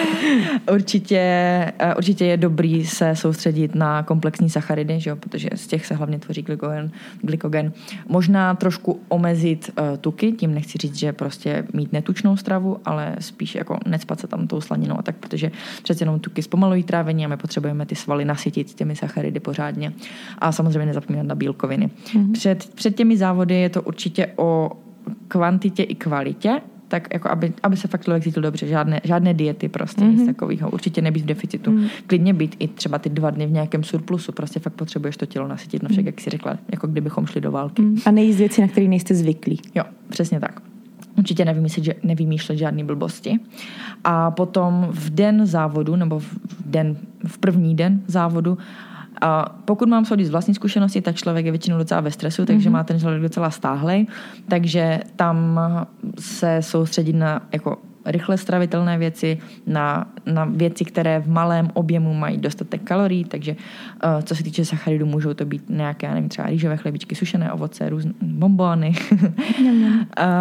určitě, určitě je dobrý se soustředit na komplexní sacharidy, že jo? Protože z těch se hlavně tvoří glykogen. glykogen. Možná trošku omezit uh, tuky, tím nechci říct, že prostě mít netučnou stravu, ale spíš jako necpat se tam tou slaninou a tak, protože přece jenom tuky zpomalují trávení a my potřebujeme ty svaly nasytit těmi sacharidy pořádně. A samozřejmě nezapomínat na bílkoviny. Mm-hmm. Před, před těmi závody je to určitě o kvantitě i kvalitě, tak jako aby, aby se fakt člověk cítil dobře, žádné, žádné diety prostě, mm-hmm. nic takového, určitě nebýt v deficitu. Mm. Klidně být i třeba ty dva dny v nějakém surplusu, prostě fakt potřebuješ to tělo nasytit, no však, jak jsi řekla, jako kdybychom šli do války. Mm. A nejíst věci, na které nejste zvyklí. Jo, přesně tak. Určitě nevymýšlet, nevymýšlet žádný blbosti. A potom v den závodu, nebo v, den, v první den závodu, a pokud mám soudit z vlastní zkušenosti, tak člověk je většinou docela ve stresu, takže mm-hmm. má ten člověk docela stáhlej, takže tam se soustředit na jako rychle stravitelné věci, na, na věci, které v malém objemu mají dostatek kalorií, takže uh, co se týče sacharidů, můžou to být nějaké, nevím, třeba rýžové chlebičky, sušené ovoce, různé bonbony. uh,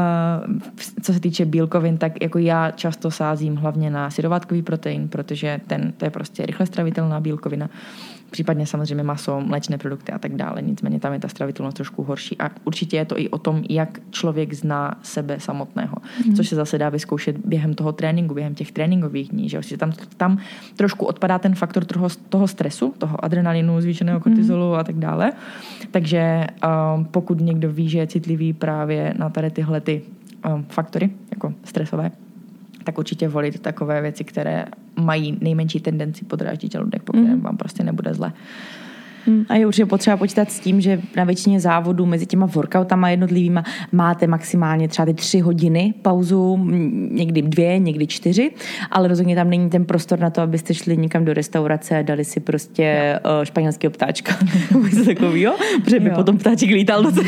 co se týče bílkovin, tak jako já často sázím hlavně na syrovátkový protein, protože ten, to je prostě rychle stravitelná bílkovina. Případně samozřejmě maso, mléčné produkty a tak dále. Nicméně tam je ta stravitelnost trošku horší. A určitě je to i o tom, jak člověk zná sebe samotného. Mm. Což se zase dá vyzkoušet během toho tréninku, během těch tréninkových dní. Že tam, tam trošku odpadá ten faktor toho, toho stresu, toho adrenalinu, zvýšeného kortizolu mm. a tak dále. Takže um, pokud někdo ví, že je citlivý právě na tady tyhle ty um, faktory, jako stresové, tak určitě volit takové věci, které mají nejmenší tendenci podráždit žaludek, po kterém mm. vám prostě nebude zle. A je určitě potřeba počítat s tím, že na většině závodů mezi těma workoutama jednotlivýma máte maximálně třeba ty tři hodiny pauzu, někdy dvě, někdy čtyři, ale rozhodně tam není ten prostor na to, abyste šli někam do restaurace a dali si prostě uh, španělského ptáčka. Něco takového, protože by potom ptáček lítal do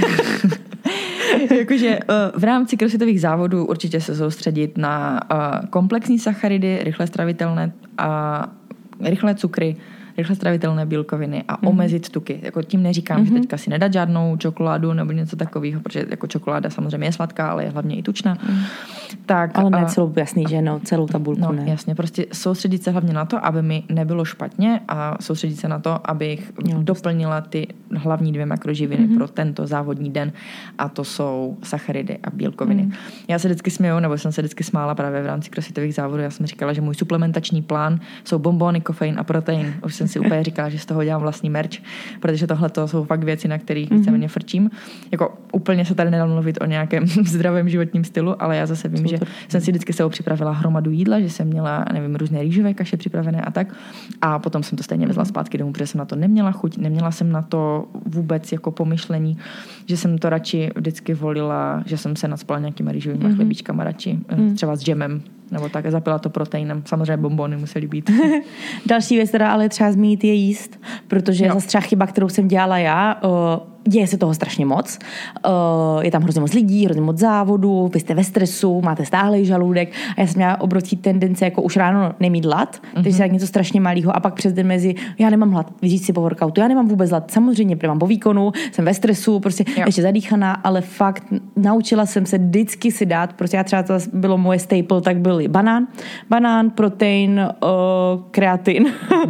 Jakože v rámci crossfitových závodů určitě se soustředit na komplexní sacharidy, rychle stravitelné a rychlé cukry, rychle stravitelné bílkoviny a mm-hmm. omezit tuky. Jako tím neříkám, mm-hmm. že teďka si nedat žádnou čokoládu nebo něco takového, protože jako čokoláda samozřejmě je sladká, ale je hlavně i tučná. Mm. Tak, ale ne celou, jasný, že no, celou tabulku no, ne. Jasně, prostě soustředit se hlavně na to, aby mi nebylo špatně a soustředit se na to, abych jo, doplnila ty hlavní dvě makroživiny mm-hmm. pro tento závodní den a to jsou sacharidy a bílkoviny. Mm. Já se vždycky směju, nebo jsem se vždycky smála právě v rámci crossfitových závodů. Já jsem říkala, že můj suplementační plán jsou bonbony, kofein a protein. Už jsem si úplně říkala, že z toho dělám vlastní merch, protože tohle to jsou fakt věci, na kterých mm-hmm. víceméně frčím. Jako úplně se tady nedá mluvit o nějakém zdravém životním stylu, ale já zase vím, Super. že jsem si vždycky sebou připravila hromadu jídla, že jsem měla, nevím, různé rýžové kaše připravené a tak. A potom jsem to stejně vezla zpátky domů, protože jsem na to neměla chuť, neměla jsem na to vůbec jako pomyšlení, že jsem to radši vždycky volila, že jsem se nacpala nějakýma rýžovými mm-hmm. chlebíčkama radši, mm. třeba s džemem, nebo tak, zapila to proteinem. Samozřejmě bonbony musely být. Další věc teda ale třeba zmínit je jíst, protože jo. zase třeba chyba, kterou jsem dělala já, uh, děje se toho strašně moc. Uh, je tam hrozně moc lidí, hrozně moc závodů, vy jste ve stresu, máte stáhlej žaludek a já jsem měla obrovský tendence jako už ráno nemít hlad, mm-hmm. takže se tak něco strašně malého a pak přes den mezi, já nemám hlad, vyříct si po workoutu, já nemám vůbec hlad, samozřejmě, protože mám po výkonu, jsem ve stresu, prostě jo. ještě zadýchaná, ale fakt naučila jsem se vždycky si dát, prostě já třeba to bylo moje staple, tak byly banán, banán, protein, uh, kreatin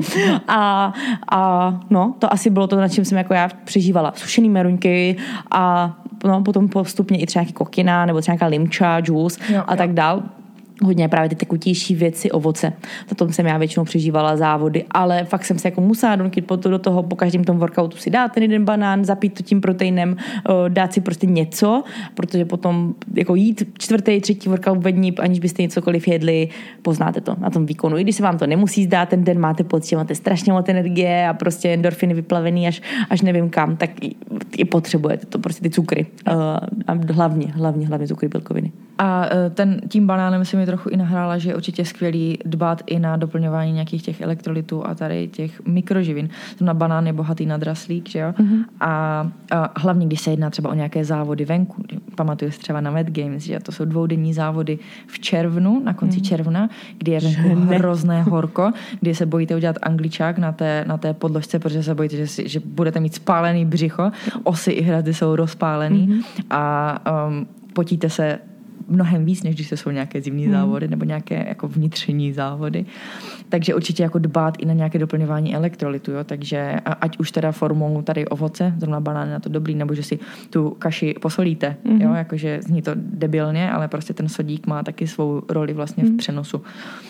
a, a no, to asi bylo to, na čem jsem jako já přežívala. Sušený meruňky a no, potom postupně i třeba nějaký kokina nebo třeba nějaká limča, džus a jo. tak dál. Hodně právě ty tekutější věci, ovoce. Na tom jsem já většinou přežívala závody, ale fakt jsem se jako musela donutit do toho po každém tom workoutu si dát ten jeden banán, zapít to tím proteinem, dát si prostě něco, protože potom jako jít čtvrtý, třetí workout ve dní, aniž byste něcokoliv jedli, poznáte to na tom výkonu. I když se vám to nemusí zdát, ten den máte pocit, že máte strašně moc energie a prostě endorfiny vyplavený až, až nevím kam, tak i, i potřebujete to, prostě ty cukry. A hlavně, hlavně, hlavně cukry, bílkoviny. A ten, tím banánem se mi trochu i nahrála, že je určitě skvělý dbát i na doplňování nějakých těch elektrolytů a tady těch mikroživin. Na banán je bohatý na draslík, že jo? Mm-hmm. A, a hlavně, když se jedná třeba o nějaké závody venku. Pamatuju si třeba na Mad Games, že to jsou dvoudenní závody v červnu, na konci mm. června, kdy je venku hrozné horko, kdy se bojíte udělat angličák na té, na té podložce, protože se bojíte, že, si, že budete mít spálený břicho, osy i hrazdy jsou rozpálený mm-hmm. a um, potíte se mnohem víc, než když to jsou nějaké zimní hmm. závody nebo nějaké jako vnitřní závody. Takže určitě jako dbát i na nějaké doplňování elektrolytu, jo? Takže ať už teda formou tady ovoce, zrovna banány na to dobrý, nebo že si tu kaši posolíte, hmm. jo? Jakože zní to debilně, ale prostě ten sodík má taky svou roli vlastně hmm. v přenosu.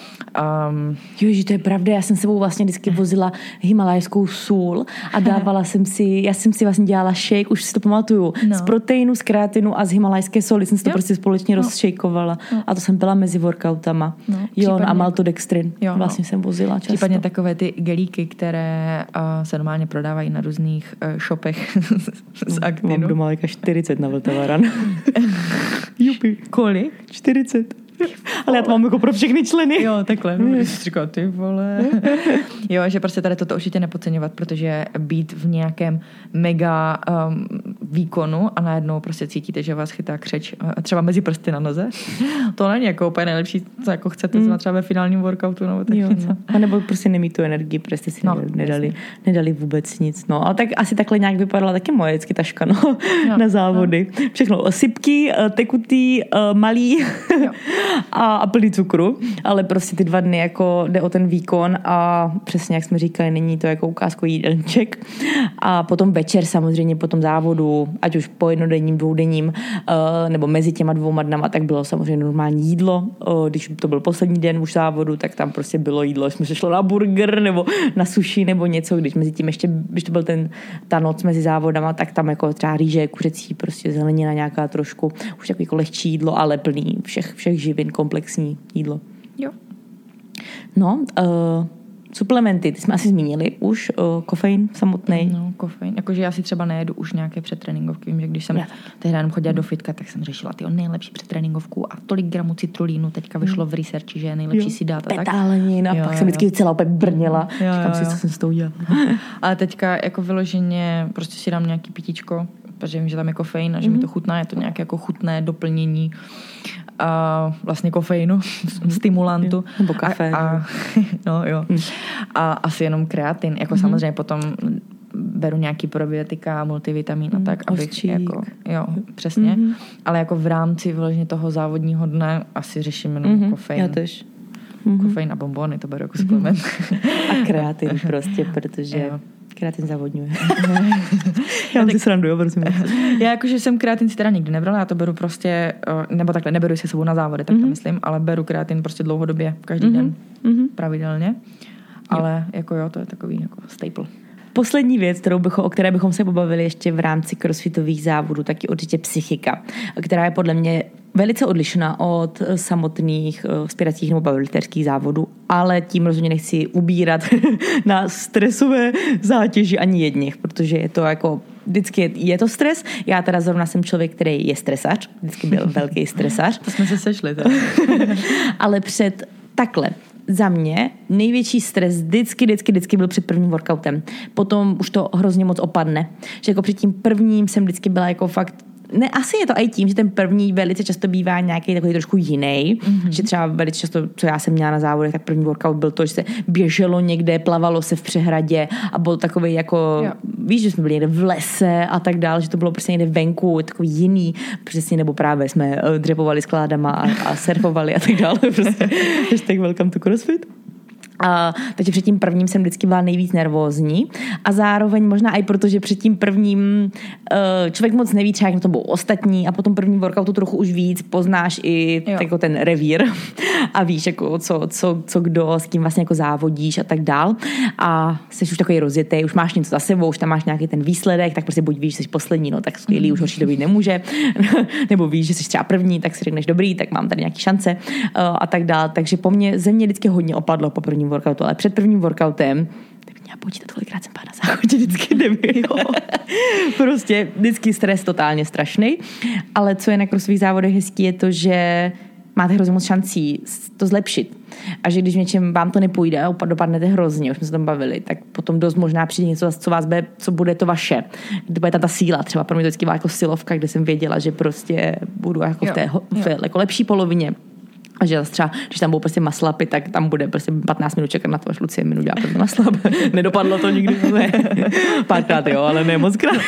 Um, jo, že to je pravda, já jsem sebou vlastně vždycky vozila himalajskou sůl a dávala jsem si, já jsem si vlastně dělala shake, už si to pamatuju, no. z proteinu, z kreatinu a z himalajské soli jsem si to jo. prostě společně no. rozšejkovala no. a to jsem byla mezi workoutama. No, jo, a maltodextrin jo, vlastně no. jsem vozila často. Případně takové ty gelíky, které uh, se normálně prodávají na různých uh, shopech z Actinu. Mám doma jako čtyřicet na Vltavaran. Jupi. Kolik? čtyřicet. Ale já to mám jako pro všechny členy. Jo, takhle. No, když jsi říkal, ty vole. Jo, že prostě tady toto určitě nepodceňovat, protože být v nějakém mega um, výkonu a najednou prostě cítíte, že vás chytá křeč třeba mezi prsty na noze. To není jako úplně nejlepší, co jako chcete mm. třeba ve finálním workoutu nebo tak jo, něco. No. A nebo prostě nemít tu energii, prostě si no, nedali, nedali vůbec nic. No, ale tak asi takhle nějak vypadala taky moje vždycky taška, no, no na závody. No. Všechno sypký, tekutý, malý. Jo. A, a plný cukru, ale prostě ty dva dny jako jde o ten výkon a přesně jak jsme říkali, není to jako ukázkový jídelníček. A potom večer samozřejmě po tom závodu, ať už po jednodenním, dvoudenním, uh, nebo mezi těma dvouma dnama, tak bylo samozřejmě normální jídlo. Uh, když to byl poslední den už závodu, tak tam prostě bylo jídlo. Jsme se šlo na burger nebo na sushi nebo něco, když mezi tím ještě, když to byl ten, ta noc mezi závodama, tak tam jako třeba rýže, kuřecí, prostě zelenina nějaká trošku, už takový jako lehčí jídlo, ale plný všech, všech živin, komplexní jídlo. Jo. No, uh, suplementy, ty jsme asi zmínili už, uh, kofein samotný. No, kofein. Jakože já si třeba nejedu už nějaké předtréninkovky. Vím, že když jsem ja. tehdy jenom chodila do fitka, tak jsem řešila ty nejlepší předtréninkovku a tolik gramů citrulínu teďka vyšlo v researchi, že je nejlepší jo. si dát. Petálenin a jo, pak jo, jsem vždycky jo. celá opět brněla. Jo, Říkám jo, si, co jsem s tou dělala. Ale teďka jako vyloženě prostě si dám nějaký pitíčko, protože vím, že tam je kofein a že mm-hmm. mi to chutná, je to nějaké jako chutné doplnění a vlastně kofeinu, mm-hmm. stimulantu. Nebo kafe. A, a, no jo. Mm. A asi jenom kreatin. Jako mm-hmm. samozřejmě potom beru nějaký probiotika, multivitamin a tak, abych Hořčík. jako, jo, přesně. Mm-hmm. Ale jako v rámci vyloženě toho závodního dne asi řeším jenom mm-hmm. kofein. Já tež. Mm-hmm. Kofein a bonbony, to beru jako suplement. A kreatin prostě, protože jo. kreatin závodňuje. Já mám si srandu, jo, prosím. Já jakože jsem kreatin si teda nikdy nebrala, já to beru prostě, nebo takhle, neberu si sebou na závody, tak to mm-hmm. myslím, ale beru kreatin prostě dlouhodobě, každý mm-hmm. den, mm-hmm. pravidelně. Ale jo. jako jo, to je takový jako staple. Poslední věc, kterou bychom, o které bychom se pobavili ještě v rámci crossfitových závodů, tak je určitě psychika, která je podle mě velice odlišná od samotných vzpěracích nebo powerlifterských závodů, ale tím rozhodně nechci ubírat na stresové zátěži ani jedních, protože je to jako vždycky je, je to stres. Já teda zrovna jsem člověk, který je stresař, vždycky byl velký stresař. To jsme se sešli. Teda. Ale před takhle. Za mě největší stres vždycky, vždycky, vždycky byl před prvním workoutem. Potom už to hrozně moc opadne. Že jako před tím prvním jsem vždycky byla jako fakt ne, asi je to i tím, že ten první velice často bývá nějaký takový trošku jiný, mm-hmm. že třeba velice často, co já jsem měla na závodech, tak první workout byl to, že se běželo někde, plavalo se v přehradě a byl takový jako, jo. víš, že jsme byli někde v lese a tak dál, že to bylo prostě někde venku, takový jiný, přesně, nebo právě jsme dřepovali skládama a, a surfovali a tak dále, prostě, hashtag welcome to CrossFit. A, takže před tím prvním jsem vždycky byla nejvíc nervózní a zároveň možná i proto, že před tím prvním uh, člověk moc neví třeba, jak na to budou ostatní a potom první workoutu trochu už víc poznáš i jako ten revír a víš, jako co, co, co kdo, s kým vlastně jako závodíš a tak dál a jsi už takový rozjetý, už máš něco za sebou, už tam máš nějaký ten výsledek, tak prostě buď víš, že jsi poslední, no tak skvělý, už horší to být nemůže, nebo víš, že jsi třeba první, tak si řekneš dobrý, tak mám tady nějaký šance uh, a tak dál, takže po mně ze mě vždycky hodně opadlo po prvním workoutu, ale před prvním workoutem tak měla počítat, kolikrát jsem pána závodě, vždycky nevím. Prostě vždycky stres totálně strašný, ale co je na crossových závodech hezký je to, že máte hrozně moc šancí to zlepšit. A že když v něčem vám to nepůjde a dopadnete hrozně, už jsme se tam bavili, tak potom dost možná přijde něco, co vás bude, co bude to vaše. Kde bude ta, ta síla. Třeba pro mě to vždycky byla jako silovka, kde jsem věděla, že prostě budu jako jo, v té v té, jako lepší polovině. A že třeba, když tam budou prostě maslapy, tak tam bude prostě patnáct minut čekat na to, až Lucie minut dělá první maslap. Nedopadlo to nikdy, ne. Párkrát jo, ale ne moc krát.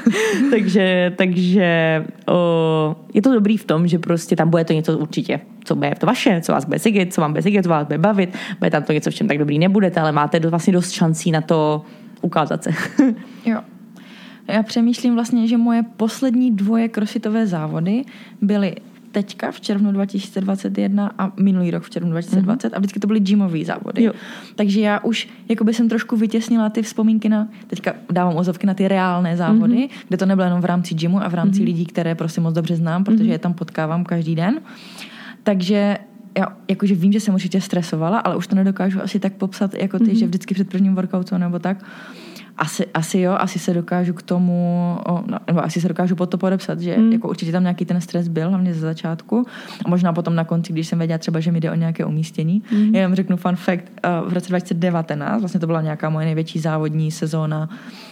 takže takže o, je to dobrý v tom, že prostě tam bude to něco určitě, co bude to vaše, co vás bude sigit, co vám bude sigit, co vás bude bavit. Bude tam to něco, v čem tak dobrý nebudete, ale máte do, vlastně dost šancí na to ukázat se. Jo. Já přemýšlím vlastně, že moje poslední dvoje crossfitové závody byly teďka v červnu dva tisíce dvacet jedna a minulý rok v červnu dva tisíce dvacet mm-hmm. a vždycky to byly gymový závody. Jo. Takže já už jakoby jsem trošku vytěsnila ty vzpomínky na, teďka dávám ozovky na ty reálné závody, mm-hmm. kde to nebylo jenom v rámci gymu a v rámci mm-hmm. lidí, které prostě moc dobře znám, protože mm-hmm. je tam potkávám každý den. Takže já jakože vím, že jsem určitě stresovala, ale už to nedokážu asi tak popsat jako ty, mm-hmm. že vždycky před prvním workoutu nebo tak. Asi, asi jo, asi se dokážu k tomu, o, no, nebo asi se dokážu pod to podepsat, že mm. jako určitě tam nějaký ten stres byl, hlavně ze začátku. A možná potom na konci, když jsem věděla třeba, že mi jde o nějaké umístění. Mm. Já vám řeknu fun fact, uh, v roce dva tisíce devatenáct, vlastně to byla nějaká moje největší závodní sezóna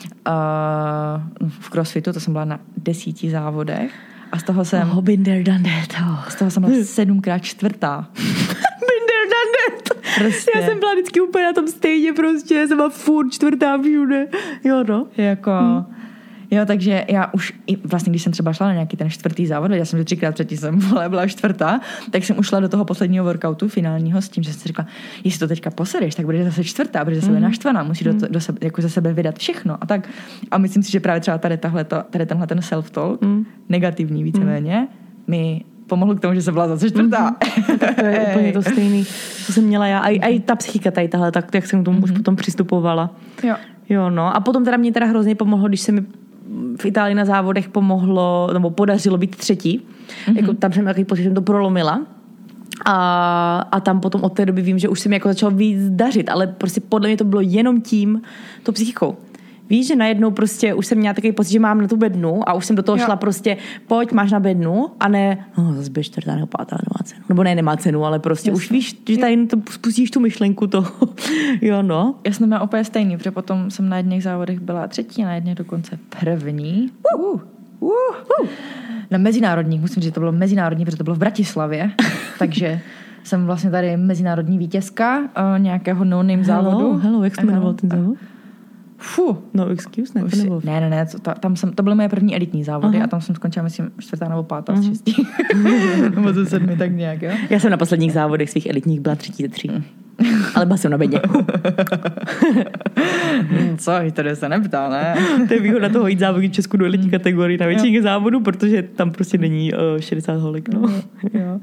uh, v CrossFitu, to jsem byla na desíti závodech. A z toho jsem... Oh, been there, done that. Oh. Z toho jsem byla sedmkrát čtvrtá. Prostě. Já jsem byla vždycky úplně na tom stejně prostě, jsem byla furt čtvrtá všude. Jo, no. Jako, hmm. jo, takže já už, vlastně když jsem třeba šla na nějaký ten čtvrtý závod, já jsem že třikrát předtím jsem byla čtvrtá, tak jsem ušla do toho posledního workoutu finálního s tím, že jsem si řekla, jestli to teďka posereš, tak budeš zase čtvrtá, budeš zase hmm. naštvaná, musíš hmm. do, do sebe, jako za sebe vydat všechno a tak. A myslím si, že právě třeba tady, tahleto, tady tenhle ten self-talk, hmm. negativní víceméně, hmm. mi pomohlo k tomu, že jsem byla zase čtvrtá. Mm-hmm. To je úplně to stejný, co jsem měla já. A i ta psychika tady tahle, tak jak jsem k tomu mm-hmm. už potom přistupovala. Jo. Jo, no. A potom teda mě teda hrozně pomohlo, když se mi v Itálii na závodech pomohlo, nebo podařilo být třetí. Mm-hmm. Jako tam jsem takový pocit, že jsem to prolomila. A, a tam potom od té doby vím, že už se mi jako začalo víc dařit, ale prostě podle mě to bylo jenom tím, tou psychikou. Víš, že najednou prostě už jsem měla takový pocit, že mám na tu bednu a už jsem do toho jo. šla prostě, pojď, máš na bednu a ne, no, zase běž čtvrtá nebo pátá, nemá cenu. Nebo ne, nemá cenu, ale prostě Jasně. už víš, že tady to spustíš tu myšlenku toho. Jo, no. Já jsem měla úplně stejný, protože potom jsem na jedných závodech byla třetí a na jedných dokonce první. Uh. Uh, uh. Na mezinárodních, musím říct, že to bylo mezinárodní, protože to bylo v Bratislavě, takže jsem vlastně tady mezinárodní vítězka uh, nějakého no-name závodu. Hello, jak se jmenoval ten závod? Fu. No excuse, ne, to nebylo. Ne, ne, ne, to, tam jsem, to byly moje první elitní závody. Aha. A tam jsem skončila, myslím, čtvrtá nebo pátá z šestí. Nebo ze sedmi, tak nějak, jo. Já jsem na posledních závodech svých elitních byla třetí ze tří. Ale byla jsem na bedně. Co, tady se neptal, ne? To je výhoda toho jít závodit v Česku do elitní kategorii na většině závodů, protože tam prostě není uh, šedesát holek, no. Jo.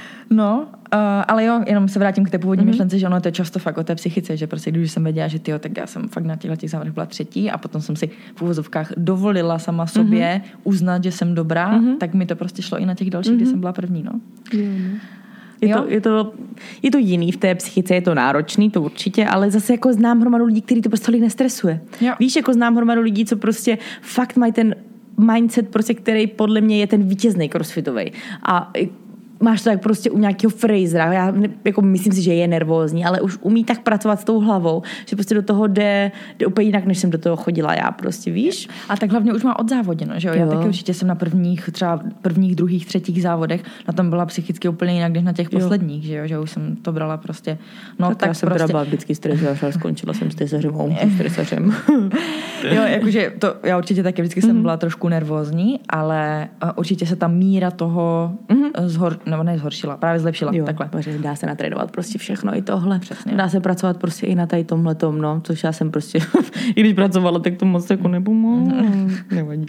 No, uh, ale jo, jenom se vrátím k té původní mm-hmm. myšlence, že ono to je často fakt o té psychice, že prostě když jsem věděla, že tyjo, tak já jsem fakt na těchto těch závodech byla třetí a potom jsem si v úvozovkách dovolila sama sobě mm-hmm. uznat, že jsem dobrá, mm-hmm. tak mi to prostě šlo i na těch dalších, mm-hmm. kdy jsem byla první, no. Mm-hmm. Je to, je, to, je to jiný v té psychice, je to náročný, to určitě, ale zase jako znám hromadu lidí, který to prostě tolik nestresuje. Jo. Víš, jako znám hromadu lidí, co prostě fakt mají ten mindset, prostě, který podle mě je ten vítězný crossfitovej. A máš to tak prostě u nějakého Frasera, já jako myslím si, že je nervózní, ale už umí tak pracovat s tou hlavou, že prostě do toho jde, jde úplně jinak, než jsem do toho chodila já, prostě víš. A tak hlavně už má odzávoděno, že jo? Já jo. taky určitě jsem na prvních, třeba prvních, druhých, třetích závodech, na tom byla psychicky úplně jinak, než na těch jo. posledních, že jo? Že už jsem to brala prostě, no tak, tak já jsem prostě. teda byla vždycky stresař, ale skončila jsem stresařem, stresařem. Jo, jakože to, já určitě taky vždycky mm-hmm. jsem byla trošku nervózní, ale určitě se ta míra toho mm-hmm. zhor, nebo ne zhoršila, právě zlepšila. Jo, takhle. Protože dá se natrénovat prostě všechno i tohle. Přesně. Dá se pracovat prostě i na tady tomhletom, no, což já jsem prostě, i když pracovala, tak to moc jako nepomohlo. Nevadí.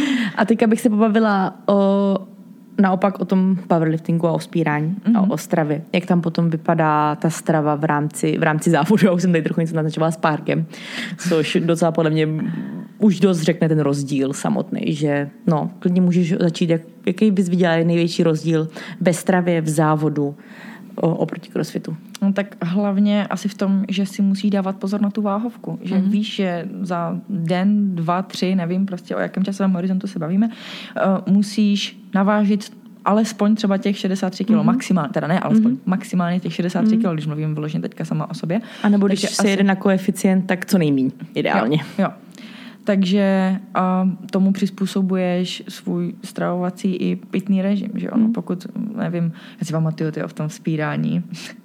A teďka bych se pobavila o, naopak o tom powerliftingu a o spírání mm-hmm. a o stravě. Jak tam potom vypadá ta strava v rámci, v rámci závodu. Já už jsem tady trochu něco naznačovala s párkem, což docela podle mě už dost řekne ten rozdíl samotný, že no, klidně můžeš začít, jak, jaký bys viděla největší rozdíl ve stravě, v závodu o, oproti crossfitu. No tak hlavně asi v tom, že si musíš dávat pozor na tu váhovku. Že mm-hmm. víš, že za den, dva, tři, nevím prostě o jakém časovém horizontu se bavíme, uh, musíš navážit alespoň třeba těch šedesát tři kilo, mm-hmm. maximálně, teda ne alespoň, mm-hmm. maximálně těch šedesát tři mm-hmm. kilo, když mluvím vyloženě teďka sama o sobě. A nebo když se asi jede na koeficient, tak co nejmíň, ideálně. Jo, jo. Takže a tomu přizpůsobuješ svůj stravovací i pitný režim, že ono, pokud, nevím, já si pamatuju tyjo, v tom vzpírání,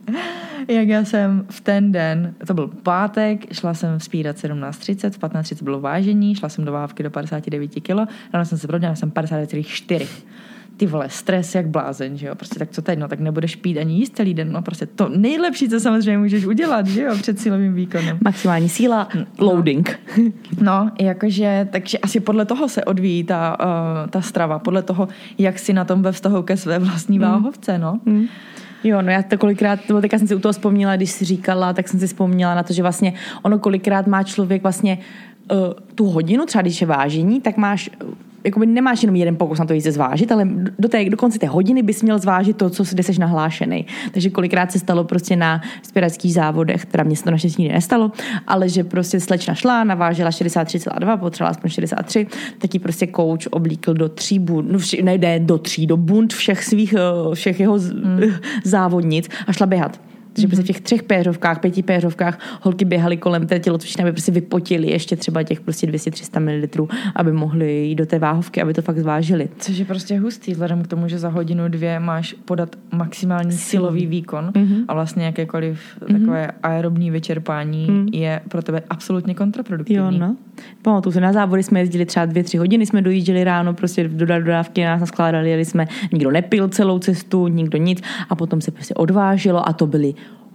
jak já jsem v ten den, to byl pátek, šla jsem vzpírat sedmnáct třicet, v patnáct třicet bylo vážení, šla jsem do váhavky do padesát devět kilo, ráno jsem se prodala, jsem padesát devět celá čtyři. Ty vole, stres jak blázen, že jo, prostě tak co teď, no tak nebudeš pít ani jíst celý den, no prostě to nejlepší, co samozřejmě můžeš udělat, že jo, před silovým výkonem. Maximální síla, loading. No, jakože, takže asi podle toho se odvíjí ta, uh, ta strava, podle toho, jak si na tom ve vztahu ke své vlastní mm. váhovce, no. Mm. Jo, no já to kolikrát, nebo teďka jsem si u toho vzpomněla, když jsi říkala, tak jsem si vzpomněla na to, že vlastně ono kolikrát má člověk vlastně uh, tu hodinu, třeba když je vážení, tak máš jakoby nemáš jenom jeden pokus na to jít se zvážit, ale do, té, do konce té hodiny bys měl zvážit to, co kde seš nahlášený. Takže kolikrát se stalo prostě na spěrackých závodech, teda mě se to naštěstí nestalo, ale že prostě slečna šla, navážela šedesát tři celá dva, potřebovala aspoň šedesát tři, tak ji prostě coach oblíkl do tří bund, no vši, ne, ne do tří, do bund všech svých, všech jeho mm. závodnic a šla běhat. Takže mm-hmm. prostě v těch třech péřovkách, pěti péřovkách holky běhaly kolem té tělocvičny, aby prostě vypotili ještě třeba těch prostě dvě stě tři sta mililitrů, aby mohli jít do té váhovky, aby to fakt zvážili. Což je prostě hustý, vzhledem k tomu, že za hodinu, dvě máš podat maximální silový výkon mm-hmm. a vlastně jakékoliv mm-hmm. takové aerobní vyčerpání mm. je pro tebe absolutně kontraproduktivní. Jo, no. Pamatuju se, na závody jsme jezdili třeba dvě, tři hodiny, jsme dojížděli ráno, prostě do dodávky nás naskládali, jeli jsme, nikdo nepil celou cestu, nikdo nic a potom se prostě odvážilo a to byly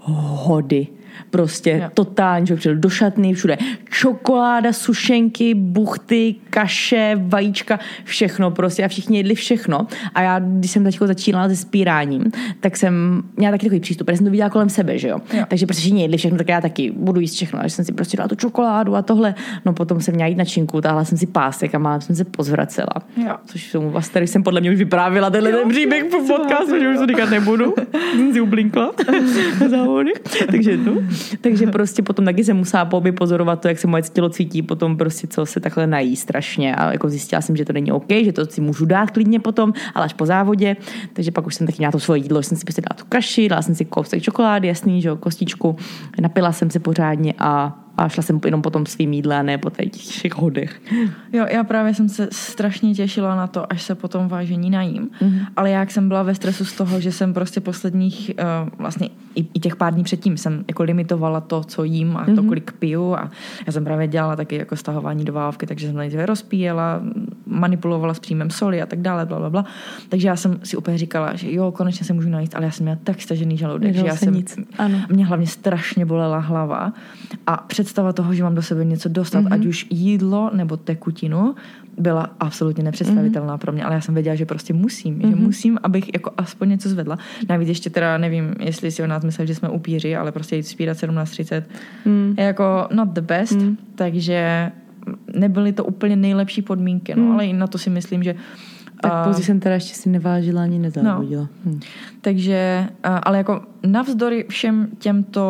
hody. Prostě jo. Totálně, že přijel do šatny, všude čokoláda, sušenky, buchty, kaše, vajíčka, všechno prostě a všichni jedli všechno. A já, když jsem teď začínala se spíráním, tak jsem měla taky takový přístup, protože jsem to viděla kolem sebe, že jo. jo. Takže prostě všichni jedli všechno, tak já taky budu jíst všechno. Takže jsem si prostě dala tu čokoládu a tohle. No potom jsem měla jít na činku, táhla jsem si pásek a málo jsem se pozvracela. Jo. Což tomu vás tady jsem podle mě už vyprávila tenhle ten příběh po podcastu, že už to říkat nebudu. Jsem si ublinkla na závodech. Takže to. Takže prostě potom taky jsem musela po obě pozorovat to, jak se moje tělo cítí, potom prostě co se takhle nají strašně a jako zjistila jsem, že to není OK, že to si můžu dát klidně potom, ale až po závodě, takže pak už jsem taky měla to svoje jídlo, že jsem si prostě dala tu kaši, dala jsem si kousek čokolády, jasný, že jo, kostičku, napila jsem se pořádně a a šla jsem jenom po tom svým jídle a ne po těch všech hodech. Jo, já právě jsem se strašně těšila na to, až se po tom vážení najím, mm-hmm. ale jak jsem byla ve stresu z toho, že jsem prostě posledních, uh, vlastně i, i těch pár dní předtím jsem jako limitovala to, co jím a to, mm-hmm. kolik piju a já jsem právě dělala taky jako stahování do války, takže jsem nejdříve rozpíjela, manipulovala s příjmem soli a tak dále, bla, bla, bla. Takže já jsem si úplně říkala, že jo, konečně se můžu najíst, ale já jsem měla tak stažený žaludek, že já jsem, nic. Ano. Mě hlavně strašně bolela hlava a představa toho, že mám do sebe něco dostat, mm-hmm. ať už jídlo nebo tekutinu, byla absolutně nepředstavitelná mm-hmm. pro mě, ale já jsem věděla, že prostě musím, mm-hmm. že musím, abych jako aspoň něco zvedla. Navíc ještě teda nevím, jestli si o nás mysleli, že jsme upíři, ale prostě jít spírat sedmnáct třicet mm. je jako not the best, mm. takže nebyly to úplně nejlepší podmínky, no, mm. ale i na to si myslím, že tak později jsem teda ještě si nevážila ani nezávodila. No. Hm. Takže, ale jako navzdory všem těmto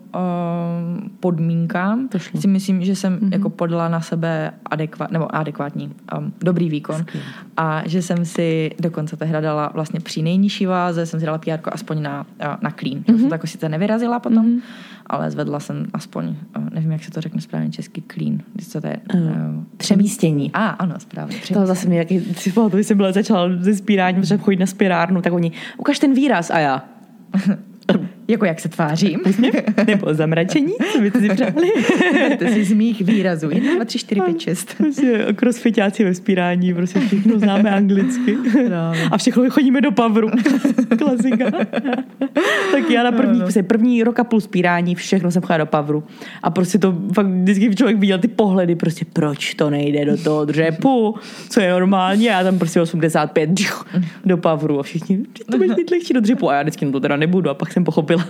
uh, podmínkám si myslím, že jsem mm-hmm. jako podala na sebe adekvát, nebo adekvátní, um, dobrý výkon. Skvěle. A že jsem si dokonce tehdy dala vlastně při nejnižší váze, jsem si dala pé érko aspoň na, uh, na clean. Mm-hmm. Jsem to jako sice nevyrazila potom, mm-hmm. ale zvedla jsem aspoň, uh, nevím, jak se to řekne správně česky, clean. Co to je? Uh, přemístění. A, ano, správně. To zase mi, jak si pamatuju, jsem byla začala se spíráním, protože chodit na spirárnu, tak oni, ukaž ten výraz a já. Jako jak se tvářím. Nebo zamračení, co by to si přáli. To si z mých výrazů. jedna, dva, tři, čtyři, pět, šest. Prostě crossfitáci ve spírání, prostě všechno známe anglicky. No. A všechno chodíme do pavru. Klasika. Tak já na první, no, no. první rok a půl spírání všechno jsem chodila do pavru. A prostě to fakt vždycky člověk viděl ty pohledy, prostě proč to nejde do toho dřepu, co je normálně. A já tam prostě osmdesát pět do pavru a všichni, to bude být lehčí do dřepu. A já vždycky no to teda nebudu. A pak jsem pochopila,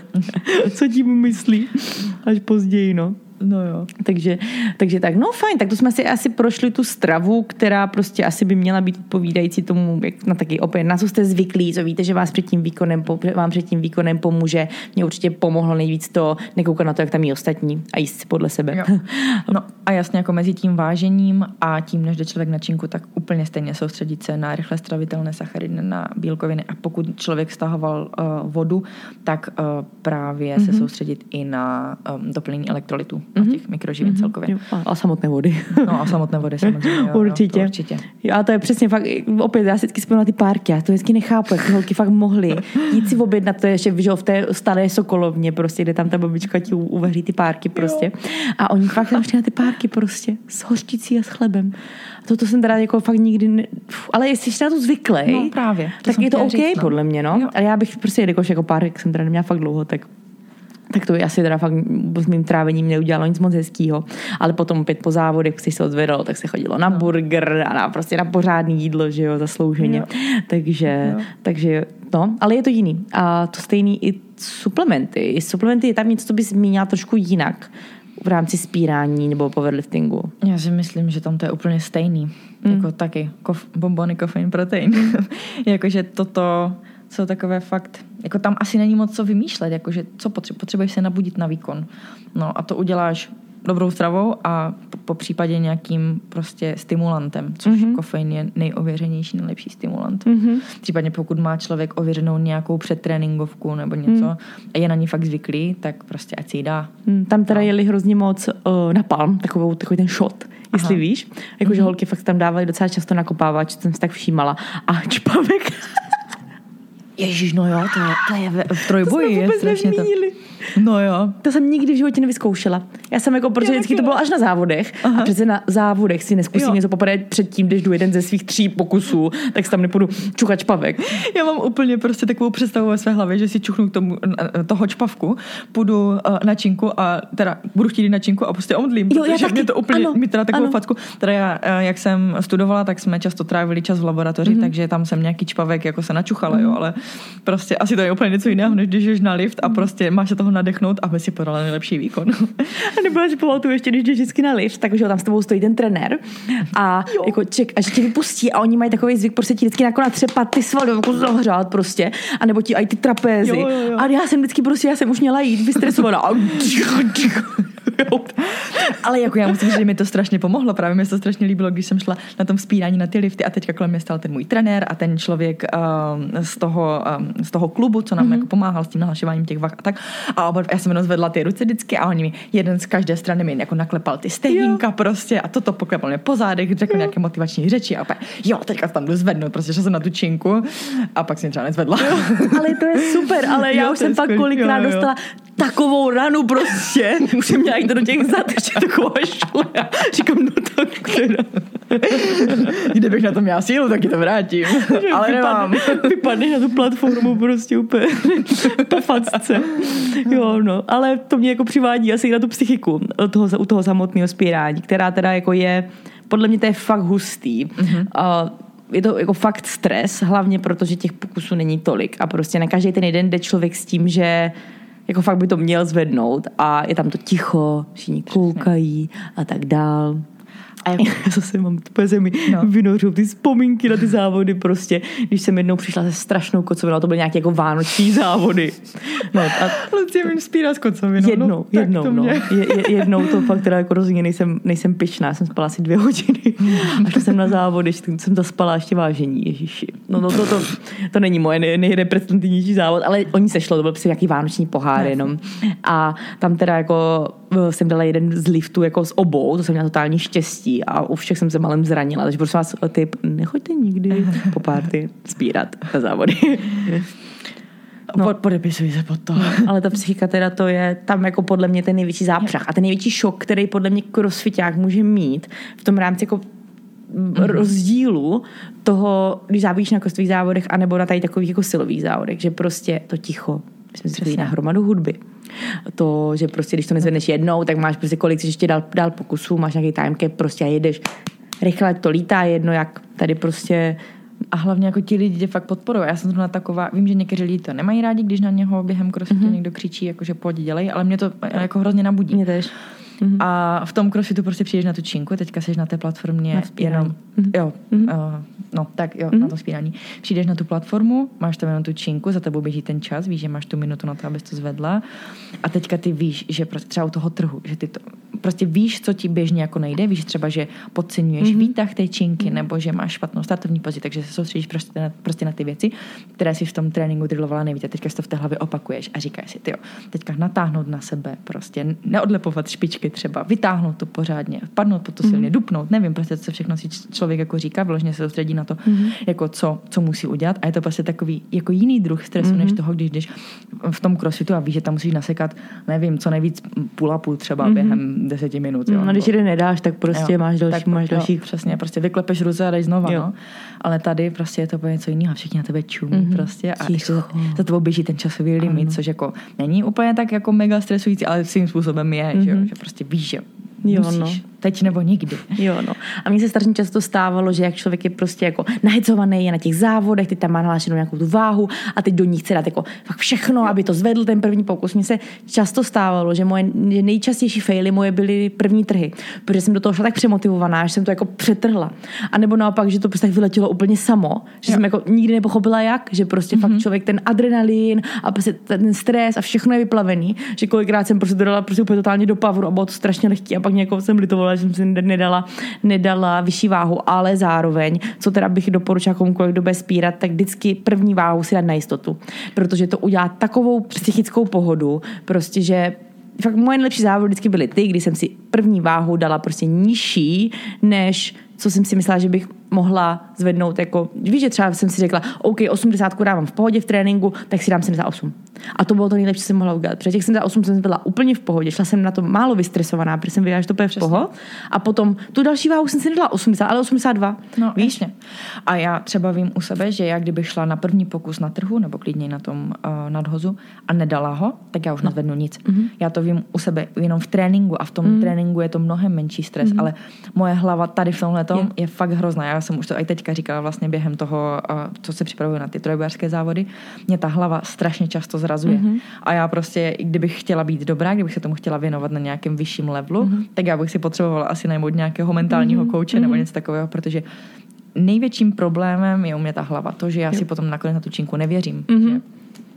co tím myslí. Až později, no. No jo. Takže, takže tak, no fajn, tak to jsme si asi prošli tu stravu, která prostě asi by měla být odpovídající tomu, jak na taky opět, na co jste zvyklí, co víte, že vás před tím výkonem, vám před tím výkonem pomůže. Mě určitě pomohlo nejvíc to nekoukat na to, jak tam jí ostatní a jíst si podle sebe. Jo. No a jasně, jako mezi tím vážením a tím, než jde člověk na činku, tak úplně stejně soustředit se na rychle stravitelné sacharidy, na bílkoviny a pokud člověk stahoval uh, vodu, tak uh, právě mm-hmm. se soustředit i na um, doplnění elektrolytů. Mm-hmm. těch mikroživin mm-hmm. celkově. Jo, a, a samotné vody. No a samotné vody samozřejmě. Jo, určitě. Jo, určitě. Jo, a to je přesně fakt, opět já si vždycky vzpomínám na ty párky, já to vždycky nechápu, jak ty holky fakt mohly jít si objednat, to je ještě v té staré Sokolovně, prostě, kde tam ta babička ti uvaří ty párky prostě. Jo. A oni fakt tam na ty párky prostě s hořčicí a s chlebem. A toto jsem teda jako fakt nikdy, ne... ale jestli jsi na to zvyklý, no, právě. To tak je to OK říct, no. podle mě, no. Jo. Ale já bych prostě jakož jako párek jsem teda neměla fakt dlouho, tak tak to by asi teda fakt s mým trávením neudělalo nic moc hezkýho. Ale potom opět po závodech, když se odzvedalo, tak se chodilo na burger a na, prostě na pořádný jídlo, že jo, zaslouženě. Jo. Takže, jo. takže, no, ale je to jiný. A to stejný i suplementy. I suplementy je tam něco, co bys zmínila trošku jinak v rámci spírání nebo powerliftingu. Já si myslím, že tam to je úplně stejný. Mm. Jako taky kof, bombony, kofein, protein. Jakože toto jsou takové fakt, jako tam asi není moc co vymýšlet, jakože co potřebuješ, potřebuješ se nabudit na výkon. No a to uděláš dobrou stravou a po, po případě nějakým prostě stimulantem, což mm-hmm. kofein je nejověřenější, nejlepší stimulant. Mm-hmm. Případně pokud má člověk ověřenou nějakou předtréninkovku nebo něco mm. a je na ní fakt zvyklý, tak prostě ať si ji dá. Mm, tam teda no. jeli hrozně moc uh, napalm, takovou, takový ten shot, jestli Aha. víš. Jakože mm-hmm. holky fakt tam dávali docela často nakopávat, jsem si tak všímala. A čpavek... Ježiš, no jo, to je, to je v, v trojboji. To jsme vůbec nezmínili. No jo. To jsem nikdy v životě nevyzkoušela. Já jsem jako, protože vždycky to bylo až na závodech. Aha. A přece na závodech si neskusím jo. něco poprvé předtím, když jdu jeden ze svých tří pokusů, tak si tam nepůjdu čuchat čpavek. Já mám úplně prostě takovou představu ve své hlavě, že si čuchnu k tomu toho čpavku, půjdu na činku a teda budu chtít na činku a prostě omdlím. Jo, protože mě to úplně, ano, mi teda takovou ano. facku. Teda já, jak jsem studovala, tak jsme často trávili čas v laboratoři, mm-hmm. takže tam jsem nějaký čpavek jako se načuchala, mm-hmm. jo, ale prostě asi to je úplně něco jiného, než když jdeš na lift a prostě máš se toho nadechnout, aby si podala nejlepší výkon. A nebo já si pamatuju ještě, když jdeš vždycky na lift, takže tam s tebou stojí ten trenér a jo. jako ček, až tě vypustí a oni mají takový zvyk prostě ti vždycky jako natřepat ty svaly, jako zahřát prostě, a nebo ti aj ty trapézy. Jo, jo, jo. A já jsem vždycky prostě, já jsem už měla jít vystresovaná. Ale jako já musím říct, že mi to strašně pomohlo. Právě mi to strašně líbilo, když jsem šla na tom vzpírání na ty lifty a teďka kolem mě stál ten můj trenér a ten člověk uh, z, toho, um, z toho klubu, co nám mm-hmm. jako pomáhal s tím nahlašováním těch vah a tak. A oba, já jsem jenom zvedla ty ruce vždycky a oni mi jeden z každé strany mi jako naklepal ty stejnínka prostě a toto poklepal mě po zádech, řekl jo. nějaké motivační řeči a pak jo, teďka tam jdu zvednout, prostě šla jsem na tu činku a pak jsem třeba nezvedla. Jo. Ale to je super, ale já jo, už jsem pak kolikrát jo, jo. dostala takovou ranu prostě. Už jsem měla jít do těch zad, ještě taková šle. Říkám, no tak teda. Kdybych na to měla sílu, tak ti to vrátím. Ale nemám. Vypadneš na tu platformu prostě úplně po facce. Jo, no. Ale to mě jako přivádí asi na tu psychiku toho, u toho samotného spírání, která teda jako je, podle mě to je fakt hustý. Mm-hmm. Uh, je to jako fakt stres, hlavně protože těch pokusů není tolik a prostě na každý ten jeden jde člověk s tím, že jako fakt by to měl zvednout a je tam to ticho, všichni koukají a tak dál. A jako, já zase mám, úplně se mi no. vynořou ty vzpomínky na ty závody prostě, když jsem jednou přišla se strašnou kocovinou, to byly nějaké jako vánoční závody. No, a Lucie mi spírá s kocovinou. Jednou, no, jednou, to no. Je, je, jednou to fakt teda jako rozhodně nejsem, nejsem pyšná, jsem spala asi dvě hodiny a šla jsem na závody, jsem zaspala ještě vážení, ježiši. No, no to, to, to není moje nej, nejreprezentativnější závod, ale oni se šlo, to byl prostě nějaký vánoční pohár ne, jenom. A tam teda jako jsem dala jeden z liftů jako z obou, to jsem měla totální štěstí a u všech jsem se malem zranila, takže prosím vás tip, nechoďte nikdy po párty spírat na závody. No. Podepisuji se pod to. Ale ta psychika teda to je tam jako podle mě ten největší zápřah a ten největší šok, který podle mě crossfiták může mít v tom rámci jako mm-hmm. rozdílu toho, když závíš na kostových závodech anebo na tady takových jako silových závodech, že prostě to ticho, my jsme si na hromadu hudby. To, že prostě, když to nezvedneš jednou, tak máš prostě kolik chceš ještě dál, dál pokusů, máš nějaký timecap prostě a jedeš rychle, to lítá jedno, jak tady prostě. A hlavně jako ti lidi tě fakt podporují. Já jsem zrovna taková, vím, že někteří lidi to nemají rádi, když na něho během crossfitu mm-hmm. někdo křičí, jakože pojď dělej, ale mě to jako hrozně nabudí. Mě tež. Mm-hmm. A v tom crossfitu prostě přijdeš na tu činku, teďka jsi na té platformě na jenom, mm-hmm. jo, mm-hmm. uh, no tak jo, mm-hmm. na to spírání. Přijdeš na tu platformu, máš tam jenom tu činku, za tebou běží ten čas, víš, že máš tu minutu na to, abys to zvedla a teďka ty víš, že prostě třeba u toho trhu, že ty to, prostě víš, co ti běžně jako nejde, víš třeba, že podceňuješ mm-hmm. výtah té činky, mm-hmm. nebo že máš špatnou startovní pozici, takže se soustředíš prostě na, prostě na ty věci, které si v tom tréninku drillovala nejvíc a teďka si to v té hlavě opakuješ a říkáš si, tyjo, teďka natáhnout na sebe, prostě neodlepovat špičky třeba, vytáhnout to pořádně, padnout po to silně, mm-hmm. dupnout, nevím, prostě co všechno si člověk jako říká, vložně se soustředí na to, mm-hmm. jako co, co musí udělat a je to prostě takový jako jiný druh stresu, mm-hmm. než toho, když jdeš v tom crossfitu a víš, že tam musíš nasekat, nevím, co nejvíc půl a půl třeba mm-hmm. během deseti minut. Jo, no, když jeden nedáš, tak prostě jo, máš další, tak, máš další. Jo, přesně, prostě vyklepeš ruce a dej znova, jo. no. Ale tady prostě je to úplně něco jiného, všichni na tebe čumí mm-hmm. prostě a ještě za, za tebou běží ten časový limit, ano. což jako není úplně tak jako mega stresující, ale svým způsobem je, mm-hmm. že, jo, že prostě víš, že jo, musíš. No. Teď nebo nikdy. Jo, no. A mně se strašně často stávalo, že jak člověk je prostě jako nahecovaný, je na těch závodech, teď tam má nahlášenou nějakou tu váhu a teď do ní chce dát jako fakt všechno, aby to zvedl ten první pokus. Mně se často stávalo, že moje nejčastější faily moje byly první trhy, protože jsem do toho šla tak přemotivovaná, že jsem to jako přetrhla. A nebo naopak, že to prostě tak vyletělo úplně samo, že jo. jsem jako nikdy nepochopila jak, že prostě mm-hmm. fakt člověk ten adrenalin a prostě ten stres a všechno je vyplavený, že kolikrát jsem prostě dala prostě úplně totálně do pavru a bylo to strašně lehký a pak nějakou jsem litovala, že jsem si nedala, nedala vyšší váhu, ale zároveň, co teda bych doporučila komukoliv, kdo bude spírat, tak vždycky první váhu si dát na jistotu, protože to udělá takovou psychickou pohodu, prostě, že fakt moje nejlepší závody vždycky byly ty, kdy jsem si první váhu dala prostě nižší, než co jsem si myslela, že bych mohla zvednout, jako, víš, že třeba jsem si řekla, OK, osmdesátku dávám v pohodě v tréninku, tak si dám sedmdesát osm. A to bylo to nejlepší, co jsem mohla udělat. Protože těch sedmdesát osm jsem byla úplně v pohodě, šla jsem na to málo vystresovaná, protože jsem věděla, že to bude v pohodě. A potom tu další váhu jsem si nedala osmdesát, ale osmdesát dva. No, víš? Jasně. A já třeba vím u sebe, že já kdybych šla na první pokus na trhu, nebo klidně na tom uh, nadhozu a nedala ho, tak já už no. nezvednu nic. Mm-hmm. Já to vím u sebe jenom v tréninku a v tom mm-hmm. tréninku je to mnohem menší stres, mm-hmm. ale moje hlava tady v tomhle tom je. je fakt hrozná. Já jsem už to i teďka říkala vlastně během toho, uh, co se připravuje na ty trojbojařské závody, mě ta hlava strašně často zrazuje. Mm-hmm. A já prostě, kdybych chtěla být dobrá, kdybych se tomu chtěla věnovat na nějakém vyšším levelu, mm-hmm. tak já bych si potřebovala asi najmout nějakého mentálního mm-hmm. kouče nebo něco takového, protože největším problémem je u mě ta hlava. To, že já jo. si potom nakonec na tu činku nevěřím. Mm-hmm. Že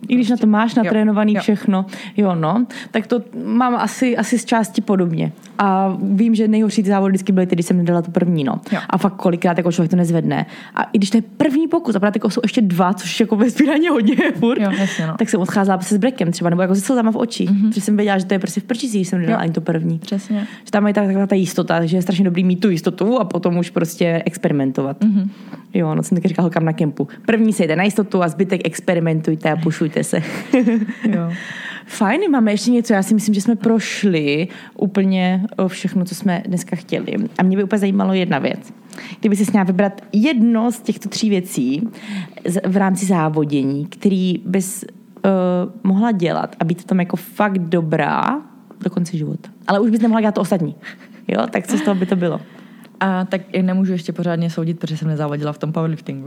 I když prostě. na to máš natrénovaný jo. všechno, jo no, tak to mám asi, asi z části podobně. A vím, že nejhorší ty závody vždycky byly ty, když jsem nedala to první, no. Jo. A fakt kolikrát jako člověk to nezvedne. A i když to je první pokus, a právě jako jsou ještě dva, což jako ve spírání hodně furt, jo, jasně, no. tak jsem odcházela se s brekem třeba, nebo jako se slzama v očích, mm-hmm. protože jsem věděla, že to je prostě v prčící, když jsem nedala jo. ani to první. Přesně. Že tam je taková ta jistota, takže je strašně dobrý mít tu jistotu a potom už prostě experimentovat. Mm-hmm. Jo, no jsem taky říkala holkám na kempu. První sejte na jistotu a zbytek experimentujte a pušujte se. Jo. Fajn, máme ještě něco, já si myslím, že jsme prošli úplně všechno, co jsme dneska chtěli. A mě by úplně zajímalo jedna věc. Kdyby si měla vybrat jedno z těchto tří věcí v rámci závodění, který bys uh, mohla dělat a být tam jako fakt dobrá do konce života. Ale už bys nemohla dělat to ostatní. Jo, tak co z toho by to bylo? A tak nemůžu ještě pořádně soudit, protože jsem nezávodila v tom powerliftingu,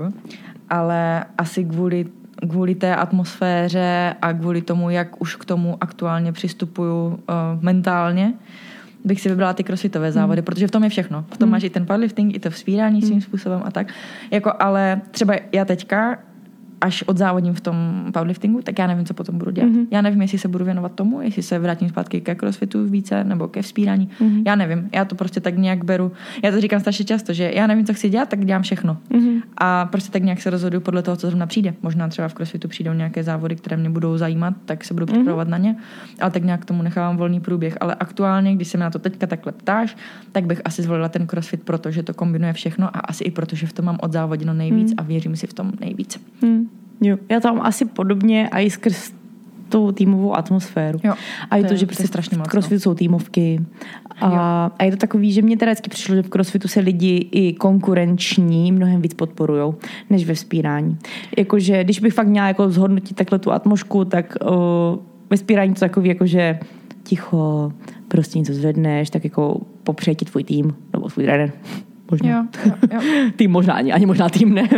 ale asi kvůli, kvůli té atmosféře a kvůli tomu, jak už k tomu aktuálně přistupuju uh, mentálně, bych si vybrala ty crossfitové závody, hmm. protože v tom je všechno. V tom hmm. máš i ten powerlifting, i to vzpírání hmm. svým způsobem a tak. Jako, ale třeba já teďka až odzávodím v tom powerliftingu, tak já nevím, co potom budu dělat. Mm-hmm. Já nevím, jestli se budu věnovat tomu, jestli se vrátím zpátky ke crossfitu více nebo ke vzpírání. Mm-hmm. Já nevím. Já to prostě tak nějak beru. Já to říkám strašně často, že já nevím, co chci dělat, tak dělám všechno. Mm-hmm. A prostě tak nějak se rozhoduju podle toho, co zrovna přijde. Možná třeba v crossfitu přijdou nějaké závody, které mě budou zajímat, tak se budu připravovat mm-hmm. na ně. Ale tak nějak tomu nechávám volný průběh. Ale aktuálně, když se mě na to teďka takhle ptáš, tak bych asi zvolila ten crossfit, protože to kombinuje všechno a asi i protože v tom mám odzávoděno nejvíc mm. a věřím si v tom nejvíc. Mm. Jo, já tam asi podobně a i skrz tu týmovou atmosféru. Jo, a je to, to že prostě strašně v crossfitu jsou týmovky. A, a je to takový, že mě teda vždycky přišlo, že v crossfitu se lidi i konkurenční mnohem víc podporujou, než ve vzpírání. Jakože, když bych fakt měla jako zhodnotit takhle tu atmosféru, tak o, ve vzpírání to takový, jakože ticho, prostě něco zvedneš, tak jako popřeje ti tvůj tým, nebo tvůj trenér. Možná. Jo, jo, jo. Tým možná, ani, ani možná tým ne.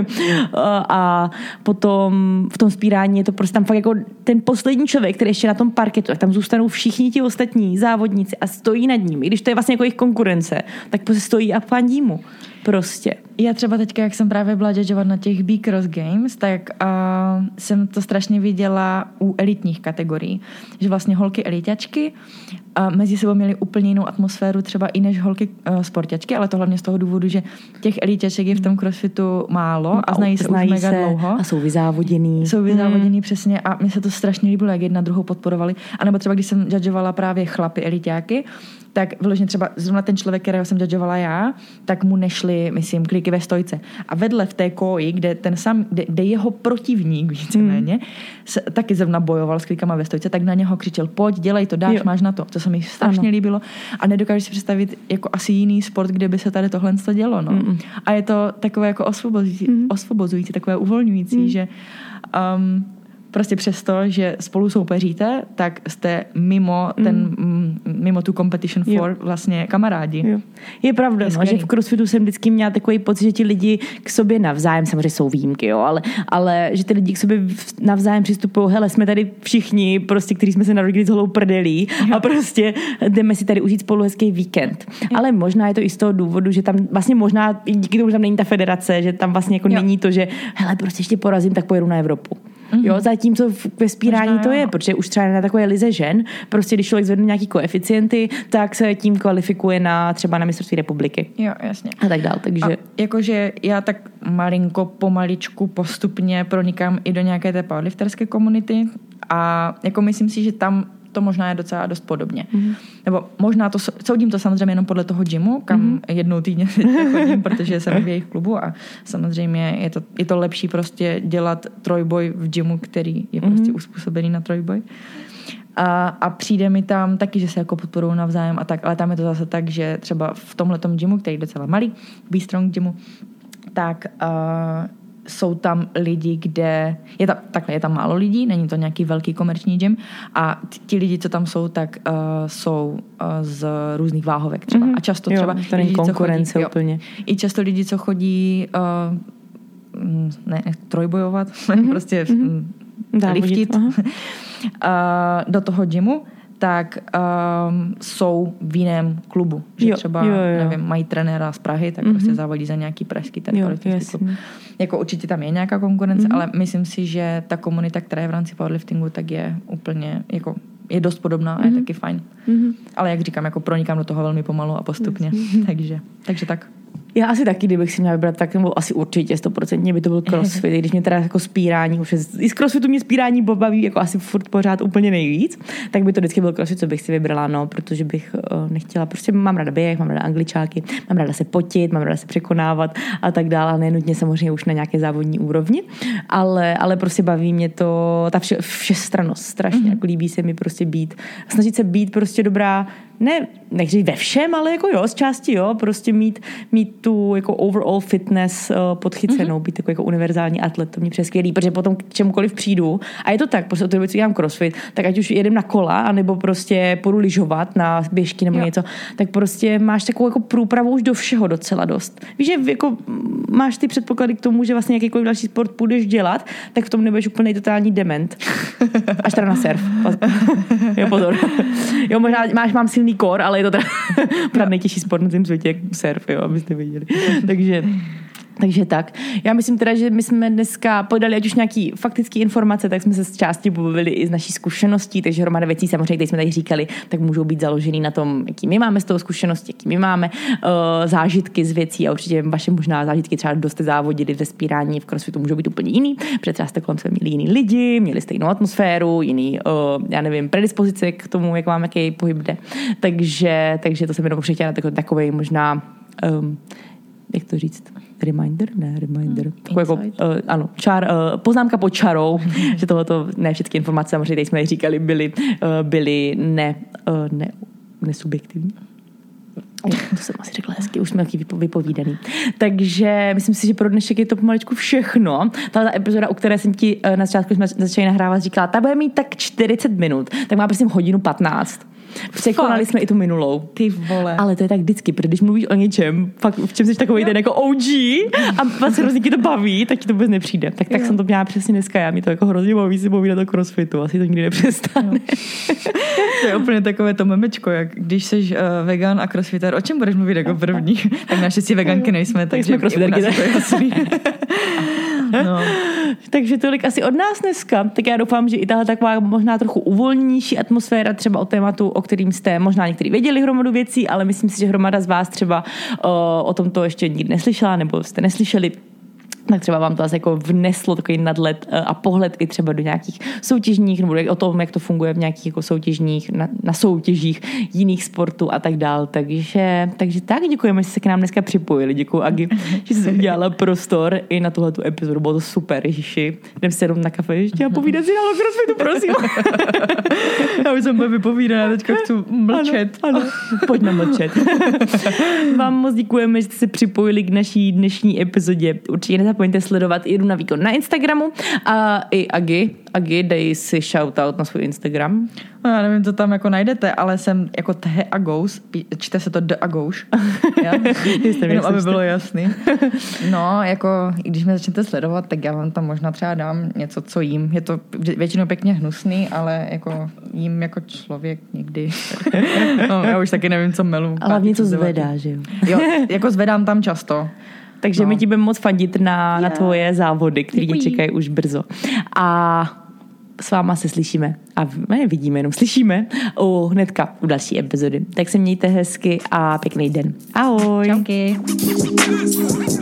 A potom v tom vzpírání je to prostě tam fakt jako ten poslední člověk, který ještě na tom parketu, tak tam zůstanou všichni ti ostatní závodníci a stojí nad ním. I když to je vlastně jako jejich konkurence, tak prostě stojí a fandí mu. Prostě. Já třeba teďka, jak jsem právě byla judgeovat na těch B-Cross Games, tak uh, jsem to strašně viděla u elitních kategorií. Že vlastně holky elitačky uh, mezi sebou měly úplně jinou atmosféru třeba i než holky uh, sportačky, ale to hlavně z toho důvodu, že těch elitaček je v tom crossfitu málo a znají se znají už mega se dlouho. A jsou vyzávoděný. Jsou vyzávoděný hmm. přesně a mně se to strašně líbilo, jak jedna druhou podporovali. A nebo třeba, když jsem judgeovala právě chlapy elitáky, tak vyloženě třeba zrovna ten člověk, kterého jsem judgeovala já, tak mu nešly, myslím, kliky ve stojce. A vedle v té koji, kde ten sám, kde, kde jeho protivník víceméně, hmm. se, taky zrovna bojoval s klikama ve stojce, tak na něho křičel, pojď, dělej to, dáš, jo. máš na to. To se mi strašně ano. líbilo. A nedokážu si představit jako asi jiný sport, kde by se tady tohle dělo. No. Hmm. A je to takové jako osvobozující, hmm. osvobozující takové uvolňující, hmm. že um, prostě přesto, že spolu soupeříte, tak jste mimo ten, mm. mimo tu competition for jo. vlastně kamarádi. Jo. Je pravda, je no, že v crossfitu jsem vždycky měla takový pocit, že ti lidi k sobě navzájem, samozřejmě jsou výjimky, jo, ale, ale že ty lidi k sobě navzájem přistupují, hele, jsme tady všichni, prostě, kteří jsme se narodili s holou prdelí jo. a prostě jdeme si tady užít spolu hezký víkend. Jo. Ale možná je to i z toho důvodu, že tam vlastně možná, díky tomu, že tam není ta federace, že tam vlastně jako jo. není to, že hele, prostě ještě porazím, tak pojedu na Evropu. Mm-hmm. Jo, zatímco ve vzpírání možná, to je, protože už třeba na takové lize žen, prostě když člověk zvedne nějaký koeficienty, tak se tím kvalifikuje na třeba na mistrovství republiky. Jo, jasně. A tak dál, takže... A jakože já tak malinko, pomaličku, postupně pronikám i do nějaké té powerlifterské komunity a jako myslím si, že tam to možná je docela dost podobně. Mm-hmm. Nebo možná to, soudím to samozřejmě jenom podle toho gymu, kam mm-hmm. jednou týdně chodím, protože jsem v jejich klubu a samozřejmě je to, je to lepší prostě dělat trojboj v gymu, který je prostě mm-hmm. uspůsobený na trojboj. A, a přijde mi tam taky, že se jako podporují navzájem a tak, ale tam je to zase tak, že třeba v tomhletom gymu, který je docela malý, B-Strong gymu, tak uh, jsou tam lidi, kde je tam, takhle, je tam málo lidí, není to nějaký velký komerční gym a ti lidi, co tam jsou, tak uh, jsou uh, z různých váhovek třeba. Mm-hmm. A často třeba jo, to není konkurence chodí, úplně. Jo, i často lidi, co chodí uh, ne, ne trojbojovat, mm-hmm. prostě mm-hmm. liftit uh, do toho gymu, tak um, jsou v jiném klubu. Že jo, třeba, jo, jo. nevím, mají trenéra z Prahy, tak mm-hmm. prostě závodí za nějaký pražský terapeutic klub. Jako určitě tam je nějaká konkurence, mm-hmm. ale myslím si, že ta komunita, která je v rámci powerliftingu, tak je úplně jako je dost podobná a je mm-hmm. taky fajn. Mm-hmm. Ale jak říkám, jako pronikám do toho velmi pomalu a postupně. Mm-hmm. takže, takže tak. Já asi taky, kdybych si měla vybrat, tak nebo asi určitě stoprocentně by to byl crossfit, když mě teda jako spírání, už je, i z crossfitu mě spírání baví jako asi furt pořád úplně nejvíc, tak by to vždycky byl crossfit, co bych si vybrala, no, protože bych uh, nechtěla, prostě mám ráda běh, mám ráda angličáky, mám ráda se potit, mám ráda se překonávat a tak dále, a nenutně samozřejmě už na nějaké závodní úrovni, ale, ale prostě baví mě to, ta vše, všestrannost strašně, mm-hmm. jako líbí se mi prostě být, snažit se být prostě dobrá, ne, nechci ve všem, ale jako jo, z části jo, prostě mít, mít tu jako overall fitness uh, podchycenou, mm-hmm. být jako, jako univerzální atlet, to mě přes skvělý, protože potom k čemukoliv přijdu, a je to tak, prostě od té doby, co dělám crossfit, tak ať už jedem na kola, anebo prostě půjdu lyžovat na běžky nebo jo. něco, tak prostě máš takovou jako průpravu už do všeho docela dost. Víš, že jako máš ty předpoklady k tomu, že vlastně jakýkoliv další sport půjdeš dělat, tak v tom nebudeš úplně totální dement. Až teda na surf. Jo, pozor. Jo, možná máš, mám silný kor, ale je to teda právě nejtěžší sport na tom světě, jak surf, jo, abyste viděli. Takže Takže tak. Já myslím teda, že my jsme dneska podali ať už nějaký faktické informace, tak jsme se z části pobavili i z naší zkušeností, takže hromada věcí samozřejmě, které jsme tady říkali, tak můžou být založený na tom, jaký my máme z toho zkušenosti, jaký my máme uh, zážitky z věcí a určitě vaše možná zážitky třeba dost závodili ve spírání v crossfitu můžou být úplně jiný, protože třeba jste kolem sebe měli jiný lidi, měli stejnou atmosféru, jiný, uh, já nevím, predispozice k tomu, jak vám jaký pohyb jde. Takže, takže to jsem jenom chtěla na takový možná um, jak to říct? Reminder? Ne, reminder. Hmm, Takový jako, uh, ano, čar, uh, poznámka pod čarou, že tohleto, ne všechny informace, samozřejmě, tady jsme říkali, byly, uh, byly ne, uh, ne, nesubjektivní. To jsem asi řekla hezky, už jsme taky vypovídaný. Takže myslím si, že pro dnešek je to pomaličku všechno. Tato epizoda, u které jsem ti uh, na začátku, jsme začali nahrávat, říkala, ta bude mít tak čtyřicet minut, tak má prosím hodinu patnáct. Překonali fakt. Jsme i tu minulou. Ty vole. Ale to je tak vždycky, protože když mluvíš o něčem, fakt v čem jsi takový ten jako O G a vás hrozně ti to baví, tak ti to vůbec nepřijde. Tak, tak jsem to měla přesně dneska, já mi to jako hrozně baví si povídat o crossfitu, asi to nikdy nepřestane. To je úplně takové to memečko, jak když jsi uh, vegan a crossfitter, o čem budeš mluvit jako první? Tak naštěstí veganky nejsme, takže jsme crossfitterky. No. Takže tolik asi od nás dneska. Tak já doufám, že i tahle taková možná trochu uvolněnější atmosféra třeba o tématu, o kterým jste možná někteří věděli hromadu věcí, ale myslím si, že hromada z vás třeba o, o tomto ještě nikdy neslyšela nebo jste neslyšeli. Tak třeba vám to asi jako vneslo takový nadhled a pohled i třeba do nějakých soutěžních, nebo o tom, jak to funguje v nějakých jako soutěžních, na, na soutěžích jiných sportů a tak dál. Takže, takže tak, děkujeme, že se k nám dneska připojili. Děkuji, Agi, že jsi udělala prostor i na tuhletu epizodu. Bylo to super, ježiši. Jdem se jenom na kafe ještě a povídat si na crossfitu, prosím. Já už jsem vypovídaná, teďka chci mlčet. Ano, ano. Pojďme mlčet. Vám moc děkujeme, že jste se připojili k naší dnešní epizodě. Určitě nezapomeňte sledovat Jiru na výkon na Instagramu a i Agi. Agi, dej si shoutout na svůj Instagram. No, já nevím, to tam jako najdete, ale jsem jako The Agous, čte se to The Agouš. Jenom aby bylo jasný. No, jako, když mě začnete sledovat, tak já vám tam možná třeba dám něco, co jím. Je to většinou pěkně hnusný, ale jako jím jako člověk někdy. No, já už taky nevím, co melu. Ale hlavně to zvedá, že jo? Jo, jako zvedám tam často. Takže no. My ti budeme moc fandit na, yeah. na tvoje závody, které tě čekají už brzo. A s váma se slyšíme a ne vidíme, jenom slyšíme u hnedka u další epizody. Tak se mějte hezky a pěkný den. Ahoj. Čauky.